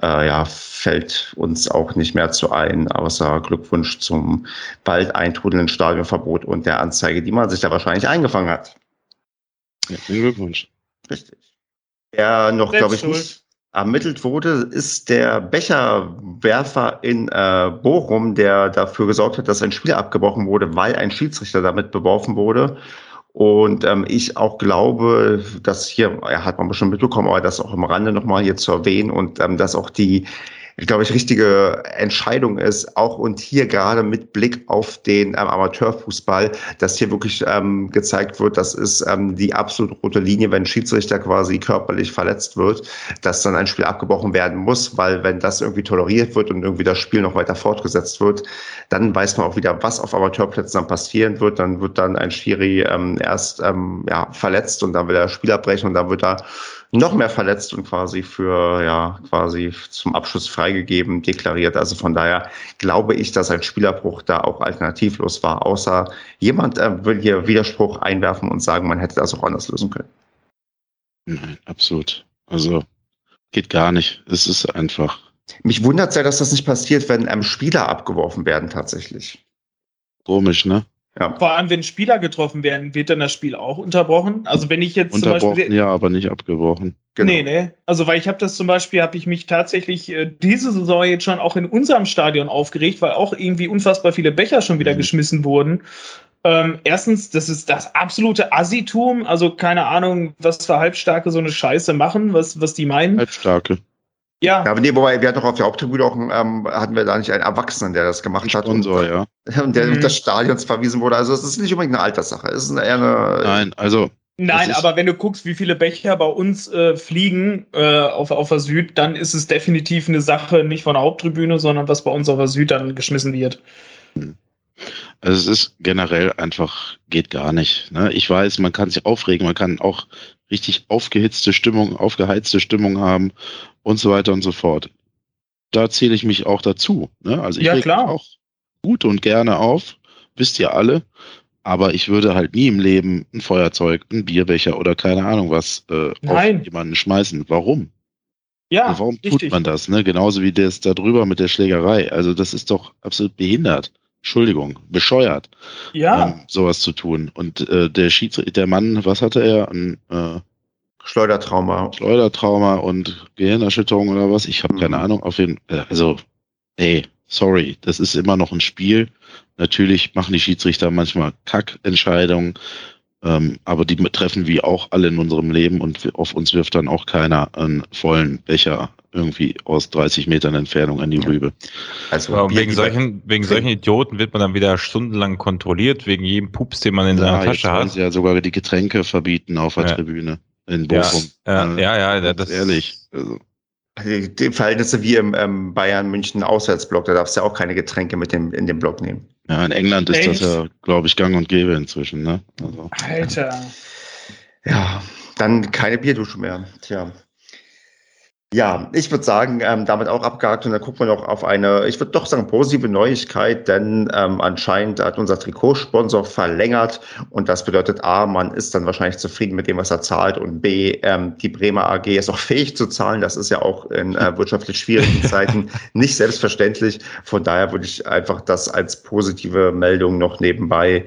fällt uns auch nicht mehr zu ein, außer Glückwunsch zum bald eintrudelnden Stadionverbot und der Anzeige, die man sich da wahrscheinlich eingefangen hat. Ja, Glückwunsch. Richtig. Der noch, glaube ich, nicht ermittelt wurde, ist der Becherwerfer in Bochum, der dafür gesorgt hat, dass ein Spiel abgebrochen wurde, weil ein Schiedsrichter damit beworfen wurde. Und ich auch glaube, dass hier, hat man schon mitbekommen, aber das auch im Rande nochmal hier zu erwähnen und dass auch die, glaube ich, richtige Entscheidung ist, auch und hier gerade mit Blick auf den Amateurfußball, dass hier wirklich gezeigt wird, das ist die absolut rote Linie, wenn ein Schiedsrichter quasi körperlich verletzt wird, dass dann ein Spiel abgebrochen werden muss, weil wenn das irgendwie toleriert wird und irgendwie das Spiel noch weiter fortgesetzt wird, dann weiß man auch wieder, was auf Amateurplätzen dann passieren wird. Dann wird dann ein Schiri erst verletzt und dann will er das Spiel abbrechen und dann wird er noch mehr verletzt und quasi quasi zum Abschluss freigegeben, deklariert. Also von daher glaube ich, dass ein Spielabbruch da auch alternativlos war, außer jemand will hier Widerspruch einwerfen und sagen, man hätte das auch anders lösen können. Nein, absolut. Also geht gar nicht. Es ist einfach. Mich wundert sehr, dass das nicht passiert, wenn Spieler abgeworfen werden tatsächlich. Komisch, ne? Ja. Vor allem, wenn Spieler getroffen werden, wird dann das Spiel auch unterbrochen. Also wenn ich jetzt Unterbrochen, zum Beispiel, ja, aber nicht abgebrochen. Genau. Nee. Also weil ich habe das zum Beispiel, habe ich mich tatsächlich diese Saison jetzt schon auch in unserem Stadion aufgeregt, weil auch irgendwie unfassbar viele Becher schon wieder geschmissen wurden. Erstens, das ist das absolute Assitum. Also keine Ahnung, was für Halbstarke so eine Scheiße machen, was die meinen. Halbstarke. Ja. Ja, aber nee, wobei wir hatten doch auf der Haupttribüne auch hatten wir da nicht einen Erwachsenen, der das gemacht hat Sponsor, ja. Und der des Stadions verwiesen wurde. Also es ist nicht unbedingt eine Alterssache. Es ist eher eine. Nein, also. Nein, aber wenn du guckst, wie viele Becher bei uns fliegen auf der Süd, dann ist es definitiv eine Sache nicht von der Haupttribüne, sondern was bei uns auf der Süd dann geschmissen wird. Also es ist generell einfach, geht gar nicht. Ne? Ich weiß, man kann sich aufregen, man kann auch richtig aufgeheizte Stimmung haben und so weiter und so fort. Da zähle ich mich auch dazu. Ne? Also ich reg mich auch gut und gerne auf, wisst ihr alle. Aber ich würde halt nie im Leben ein Feuerzeug, ein Bierbecher oder keine Ahnung was auf jemanden schmeißen. Warum? Ja, also warum tut man das? Ne? Genauso wie das da drüber mit der Schlägerei. Also das ist doch absolut behindert. Entschuldigung, bescheuert, sowas zu tun. Und der Mann, was hatte er? Ein Schleudertrauma und Gehirnerschütterung oder was? Ich habe keine Ahnung. Auf jeden also, sorry, das ist immer noch ein Spiel. Natürlich machen die Schiedsrichter manchmal Kackentscheidungen, aber die treffen wie auch alle in unserem Leben und auf uns wirft dann auch keiner einen vollen Becher irgendwie aus 30 Metern Entfernung an die Rübe. Also wegen solchen Idioten wird man dann wieder stundenlang kontrolliert, wegen jedem Pups, den man in seiner Tasche hat. Sie ja sogar die Getränke verbieten auf der Tribüne in Bochum. Ja, das ehrlich. Also. Die Verhältnisse wie im Bayern-München Auswärtsblock, da darfst du ja auch keine Getränke in den Block nehmen. Ja, in England ist das ja, glaube ich, gang und gäbe inzwischen, ne? Also. Alter. Ja, dann keine Bierdusche mehr. Tja. Ja, ich würde sagen, damit auch abgehakt und dann gucken wir noch auf eine, ich würde doch sagen, positive Neuigkeit, denn anscheinend hat unser Trikotsponsor verlängert und das bedeutet A, man ist dann wahrscheinlich zufrieden mit dem, was er zahlt und B, die Bremer AG ist auch fähig zu zahlen, das ist ja auch in wirtschaftlich schwierigen Zeiten nicht selbstverständlich, von daher würde ich einfach das als positive Meldung noch nebenbei,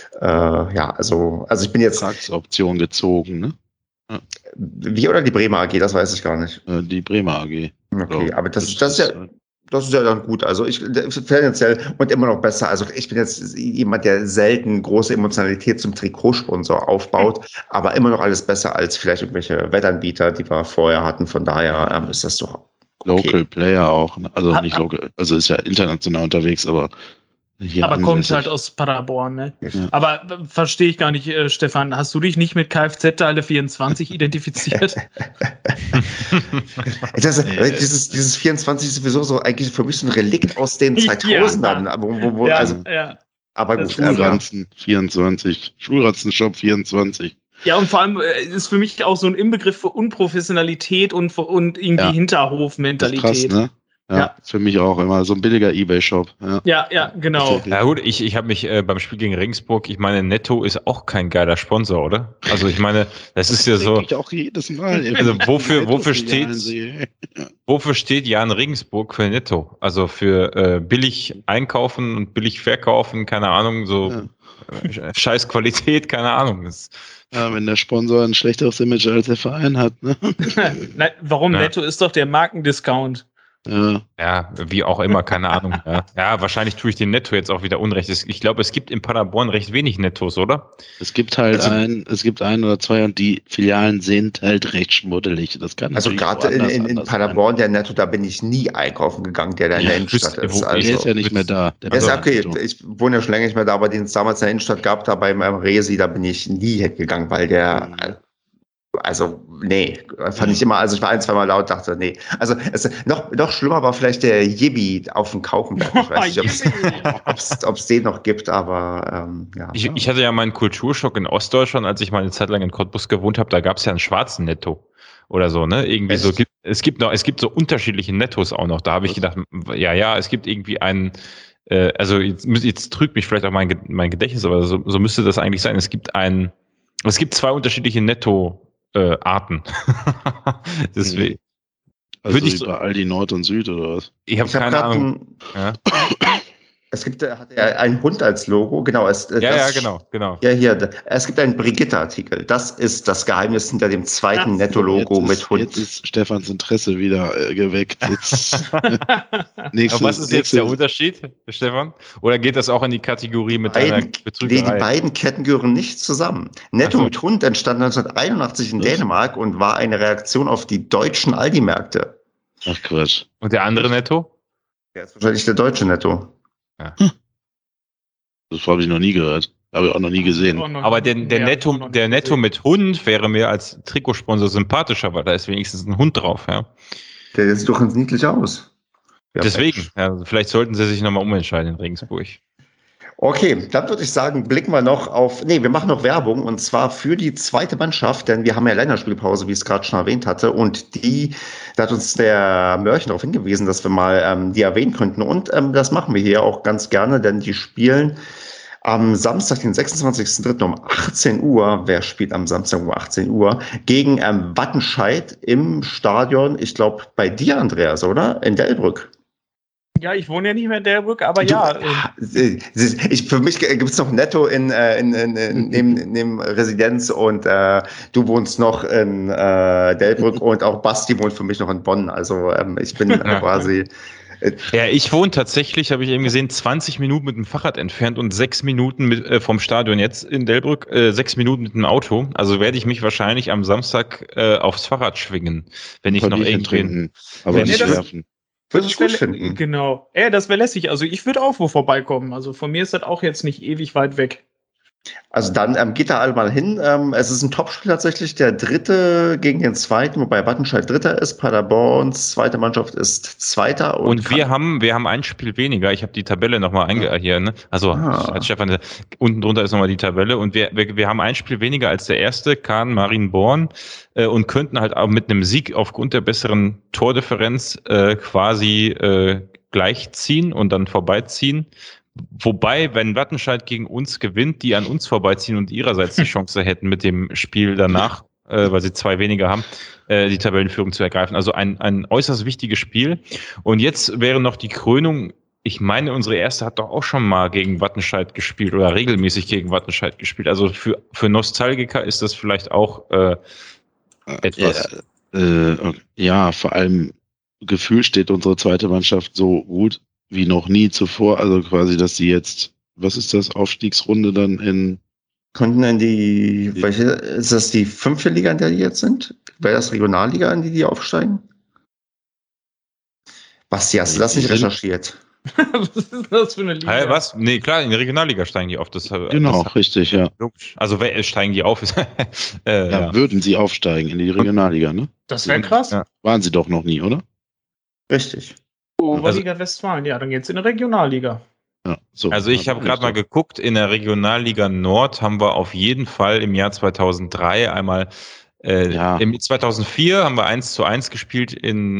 also ich bin jetzt... Vertragsoption gezogen, ne? Ja. Wir oder die Bremer AG, das weiß ich gar nicht. Die Bremer AG. Okay, aber das ist ja dann gut. Also ich tendenziell und immer noch besser. Also ich bin jetzt jemand, der selten große Emotionalität zum Trikotsponsor aufbaut, aber immer noch alles besser als vielleicht irgendwelche Wettanbieter, die wir vorher hatten. Von daher ist das doch okay. Local Player auch. Also nicht local, also ist ja international unterwegs, aber aber kommt halt aus Paderborn, ne? Ja. Aber verstehe ich gar nicht, Stefan. Hast du dich nicht mit Kfz-Teile 24 identifiziert? Dieses 24 ist sowieso so eigentlich für mich so ein Relikt aus den 2000ern. Aber gut. Schulranzen 24, Schulranzen-Shop 24. Ja, und vor allem ist für mich auch so ein Inbegriff für Unprofessionalität und irgendwie Hinterhof-Mentalität. Krass, ne? Ja, für mich auch immer so ein billiger Ebay-Shop. Ja, genau. Ja gut, ich habe mich beim Spiel gegen Regensburg, ich meine, Netto ist auch kein geiler Sponsor, oder? Also ich meine, das ist ja so. Ich auch jedes Mal. Also wofür steht Jan Regensburg für Netto? Also für billig einkaufen und billig verkaufen, keine Ahnung, so scheiß Qualität, keine Ahnung. Ja, wenn der Sponsor ein schlechteres Image als der Verein hat, ne? Nein, warum? Ja. Netto ist doch der Markendiscount. Ja, wie auch immer, keine Ahnung. Ja, wahrscheinlich tue ich dem Netto jetzt auch wieder Unrecht. Ich glaube, es gibt in Paderborn recht wenig Nettos, oder? Es gibt halt es gibt ein oder zwei und die Filialen sind halt recht schmuddelig. Das kann Also gerade in Paderborn, der Netto, da bin ich nie einkaufen gegangen, der da in der Innenstadt ist. Der ist ja nicht mehr da. Der ist okay, ich wohne ja schon länger nicht mehr da, aber den es damals in der Innenstadt gab, da beim Resi, da bin ich nie hingegangen, weil der... Also, nee, fand ich immer, also ich war 1-2 Mal laut, dachte, nee. Also, noch schlimmer war vielleicht der Yibi auf dem Kaukenberg. Ich weiß nicht, ob es den noch gibt, aber ja. Ich hatte ja meinen Kulturschock in Ostdeutschland, als ich mal eine Zeit lang in Cottbus gewohnt habe, da gab es ja einen schwarzen Netto oder so, ne? Irgendwie echt? So es gibt so unterschiedliche Nettos auch noch. Da habe ich gedacht, ja, es gibt irgendwie einen, also jetzt trügt mich vielleicht auch mein Gedächtnis, aber so müsste das eigentlich sein. Es gibt 2 unterschiedliche Netto-Arten. Deswegen. Also über Aldi Nord und Süd oder was? Ich habe keine Ahnung. Es gibt hat ein Hund als Logo, genau. Genau. Ja, hier. Es gibt einen Brigitte-Artikel. Das ist das Geheimnis hinter dem zweiten Netto-Logo mit Hund. Jetzt ist Stefans Interesse wieder geweckt. Aber was ist jetzt der Unterschied, Stefan? Oder geht das auch in die Kategorie mit deiner Betrügerei? Nee, die beiden Ketten gehören nicht zusammen. Netto mit Hund entstand 1981 in Dänemark und war eine Reaktion auf die deutschen Aldi-Märkte. Ach Quatsch. Und der andere Netto? Der ist wahrscheinlich der deutsche Netto. Ja. Das habe ich noch nie gehört. Habe ich auch noch nie gesehen. Aber der Netto mit Hund wäre mir als Trikotsponsor sympathischer, weil da ist wenigstens ein Hund drauf. Ja. Der sieht doch ganz niedlich aus. Ja, deswegen, vielleicht sollten sie sich nochmal umentscheiden in Regensburg. Okay, dann würde ich sagen, blicken wir noch wir machen noch Werbung und zwar für die zweite Mannschaft, denn wir haben ja Länderspielpause, wie ich es gerade schon erwähnt hatte, und da hat uns der Mörchen darauf hingewiesen, dass wir mal die erwähnen könnten und das machen wir hier auch ganz gerne, denn die spielen am Samstag, den 26.03. um 18 Uhr, wer spielt am Samstag um 18 Uhr, gegen Wattenscheid im Stadion, ich glaube bei dir, Andreas, oder? In Delbrück. Ja, ich wohne ja nicht mehr in Delbrück, aber für mich gibt es noch Netto neben Residenz und du wohnst noch in Delbrück und auch Basti wohnt für mich noch in Bonn. Also ich bin quasi... Ja, ich wohne tatsächlich, habe ich eben gesehen, 20 Minuten mit dem Fahrrad entfernt und 6 Minuten vom Stadion jetzt in Delbrück, 6 Minuten mit dem Auto. Also werde ich mich wahrscheinlich am Samstag aufs Fahrrad schwingen, wenn ich noch irgendwie... Aber nicht werfen. Würde ich gut finden. Genau. Das wäre lässig. Also ich würde auch wo vorbeikommen. Also von mir ist das auch jetzt nicht ewig weit weg. Also dann geht da alle mal hin. Es ist ein Topspiel tatsächlich, der Dritte gegen den Zweiten, wobei Wattenscheid Dritter ist, Paderborns zweite Mannschaft ist Zweiter. Und wir haben ein Spiel weniger. Ich habe die Tabelle nochmal hier, ne? Also Stefan, unten drunter ist nochmal die Tabelle und wir haben ein Spiel weniger als der erste, Kahn Marienborn, und könnten halt auch mit einem Sieg aufgrund der besseren Tordifferenz quasi gleichziehen und dann vorbeiziehen. Wobei, wenn Wattenscheid gegen uns gewinnt, die an uns vorbeiziehen und ihrerseits die Chance hätten, mit dem Spiel danach, weil sie 2 weniger haben, die Tabellenführung zu ergreifen. Also ein äußerst wichtiges Spiel. Und jetzt wäre noch die Krönung. Ich meine, unsere erste hat doch auch schon mal gegen Wattenscheid gespielt oder regelmäßig gegen Wattenscheid gespielt. Also für Nostalgiker ist das vielleicht auch etwas. Ja, vor allem Gefühl steht unsere zweite Mannschaft so gut wie noch nie zuvor, also quasi, dass sie jetzt, was ist das, Aufstiegsrunde dann könnten in welche, ist das die 5. Liga, in der die jetzt sind? Wäre das Regionalliga, in die aufsteigen? Basti, hast du das nicht recherchiert? Was ist das für eine Liga? Was? Nee, klar, in der Regionalliga steigen die auf. Richtig, ja. Logisch. Also steigen die auf? Würden sie aufsteigen in die Regionalliga, ne? Das wäre krass. Ja. Waren sie doch noch nie, oder? Richtig. Oberliga Westfalen, ja, dann geht's in der Regionalliga. Ja, so. Also ich habe gerade mal geguckt, in der Regionalliga Nord haben wir auf jeden Fall im Jahr 2003 einmal, im 2004 haben wir 1:1 gespielt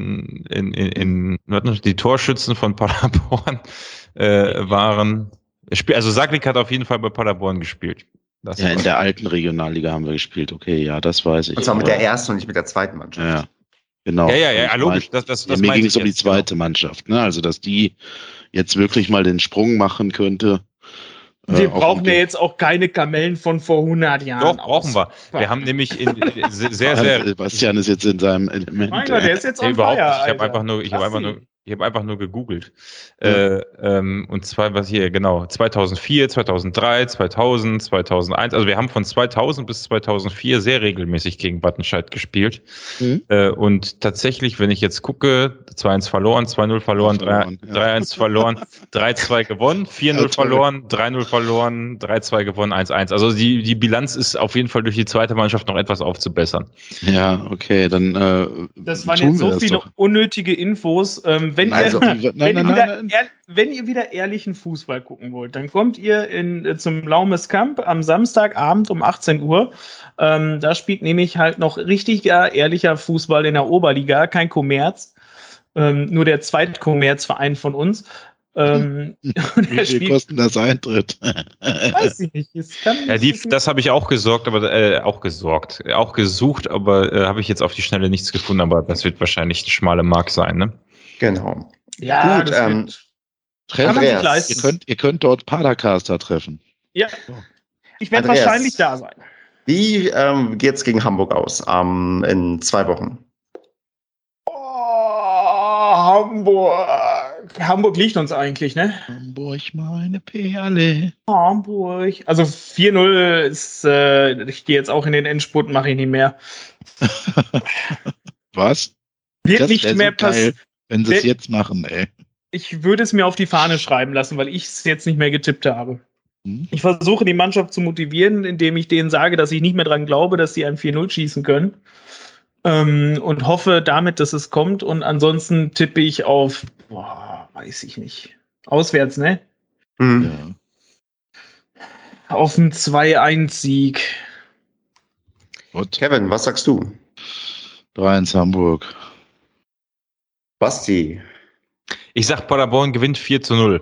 die Torschützen von Paderborn waren, also Saglik hat auf jeden Fall bei Paderborn gespielt. In der alten Regionalliga haben wir gespielt, okay, ja, das weiß ich. Und zwar mit der ersten und nicht mit der zweiten Mannschaft. Ja. Genau. Ja, logisch. Mir ging es um die zweite Mannschaft, ne? Also, dass die jetzt wirklich mal den Sprung machen könnte. Wir brauchen ja jetzt auch keine Kamellen von vor 100 Jahren. Doch, brauchen wir. Wir haben nämlich sehr, sehr... Sebastian ist jetzt in seinem Element. Mein Gott, der ist jetzt on fire, Ich habe einfach nur Ich habe einfach nur gegoogelt. Und zwar, was hier, genau, 2004, 2003, 2000, 2001. Also wir haben von 2000 bis 2004 sehr regelmäßig gegen Wattenscheid gespielt. Und tatsächlich, wenn ich jetzt gucke, 2-1 verloren, 2-0 verloren, 3-1 verloren, 3-2 gewonnen, 4-0 verloren, 3-0 verloren, 3-2 gewonnen, 1-1. Also die Bilanz ist auf jeden Fall durch die zweite Mannschaft noch etwas aufzubessern. Ja, okay, dann das waren jetzt so viele unnötige Infos. Wenn ihr wieder ehrlichen Fußball gucken wollt, dann kommt ihr zum Laumes Camp am Samstagabend um 18 Uhr. Da spielt nämlich halt noch richtiger, ehrlicher Fußball in der Oberliga, kein Kommerz. Nur der Zweitkommerzverein von uns. Wie viel kostet das Eintritt? Weiß ich nicht. Das habe ich auch gesucht, aber habe ich jetzt auf die Schnelle nichts gefunden, aber das wird wahrscheinlich eine schmale Mark sein, ne? Genau. Ja, gut, ihr könnt dort Padercaster treffen. Ja, ich werde wahrscheinlich da sein. Wie geht's gegen Hamburg aus in 2 Wochen? Hamburg liegt uns eigentlich, ne? Hamburg, meine Perle. Hamburg. Also 4-0 ist, ich gehe jetzt auch in den Endspurt, mache ich nicht mehr. Was? Wird das nicht mehr passieren. Wenn sie es jetzt machen, ey. Ich würde es mir auf die Fahne schreiben lassen, weil ich es jetzt nicht mehr getippt habe. Ich versuche, die Mannschaft zu motivieren, indem ich denen sage, dass ich nicht mehr dran glaube, dass sie ein 4-0 schießen können. Und hoffe damit, dass es kommt. Und ansonsten tippe ich auf, weiß ich nicht. Auswärts, ne? Ja. Auf einen 2-1-Sieg. Kevin, was sagst du? 3-1 Hamburg. Basti. Ich sag, Paderborn gewinnt 4-0.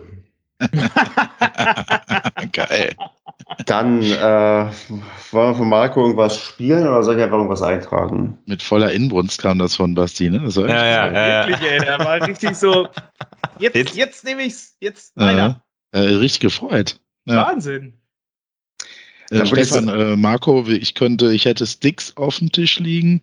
Geil. Dann wollen wir von Marco irgendwas spielen oder soll ich einfach irgendwas eintragen? Mit voller Inbrunst kam das von Basti, ne? Das war wirklich, ey, der war richtig so. Jetzt nehme ich's. Jetzt weiter. Richtig gefreut. Ja. Wahnsinn. Stefan, Marco, ich hätte Sticks auf dem Tisch liegen.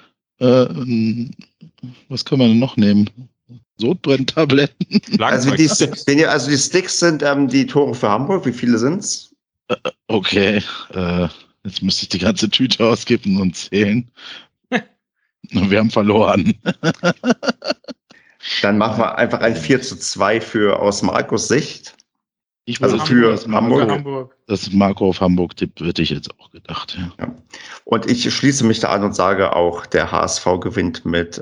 Was können wir denn noch nehmen? Sodbrenntabletten. Also die Sticks sind die Tore für Hamburg. Wie viele sind's? Okay, jetzt müsste ich die ganze Tüte ausgeben und zählen. Wir haben verloren. Dann machen wir einfach ein 4-2 aus Marcos Sicht. Also für Hamburg. Das Marco auf Hamburg tippt, hätte ich jetzt auch gedacht. Ja. Und ich schließe mich da an und sage auch, der HSV gewinnt mit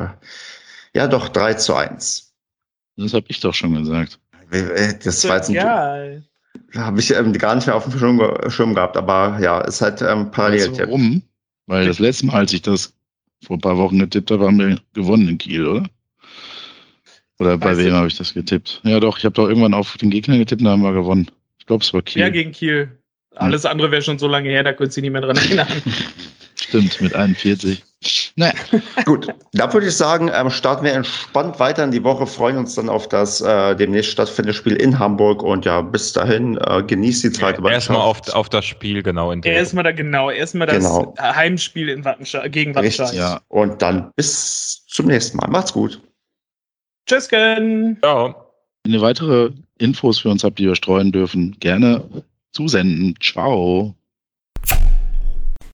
3-1. Das habe ich doch schon gesagt. Das war jetzt habe ich gar nicht mehr auf dem Schirm gehabt, aber ja, ist halt parallel. Warum? Weil das letzte Mal, als ich das vor ein paar Wochen getippt habe, haben wir gewonnen in Kiel, oder? Oder bei wem habe ich das getippt? Ja doch, ich habe doch irgendwann auf den Gegner getippt und da haben wir gewonnen. Ich glaube, es war Kiel. Ja, gegen Kiel. Alles andere wäre schon so lange her, da könntest du dich nicht mehr dran erinnern. Stimmt, mit 41. Naja. Gut, da würde ich sagen, starten wir entspannt weiter in die Woche, freuen uns dann auf das demnächst stattfindende Spiel in Hamburg und ja, bis dahin genießt die zweite Mannschaft. Erstmal auf das Spiel, genau. Erstmal das Heimspiel gegen Wattenscheid. Richtig, ja. Und dann bis zum nächsten Mal. Macht's gut. Tschüsschen. Ciao. Wenn ihr weitere Infos für uns habt, die wir streuen dürfen, gerne zusenden. Ciao.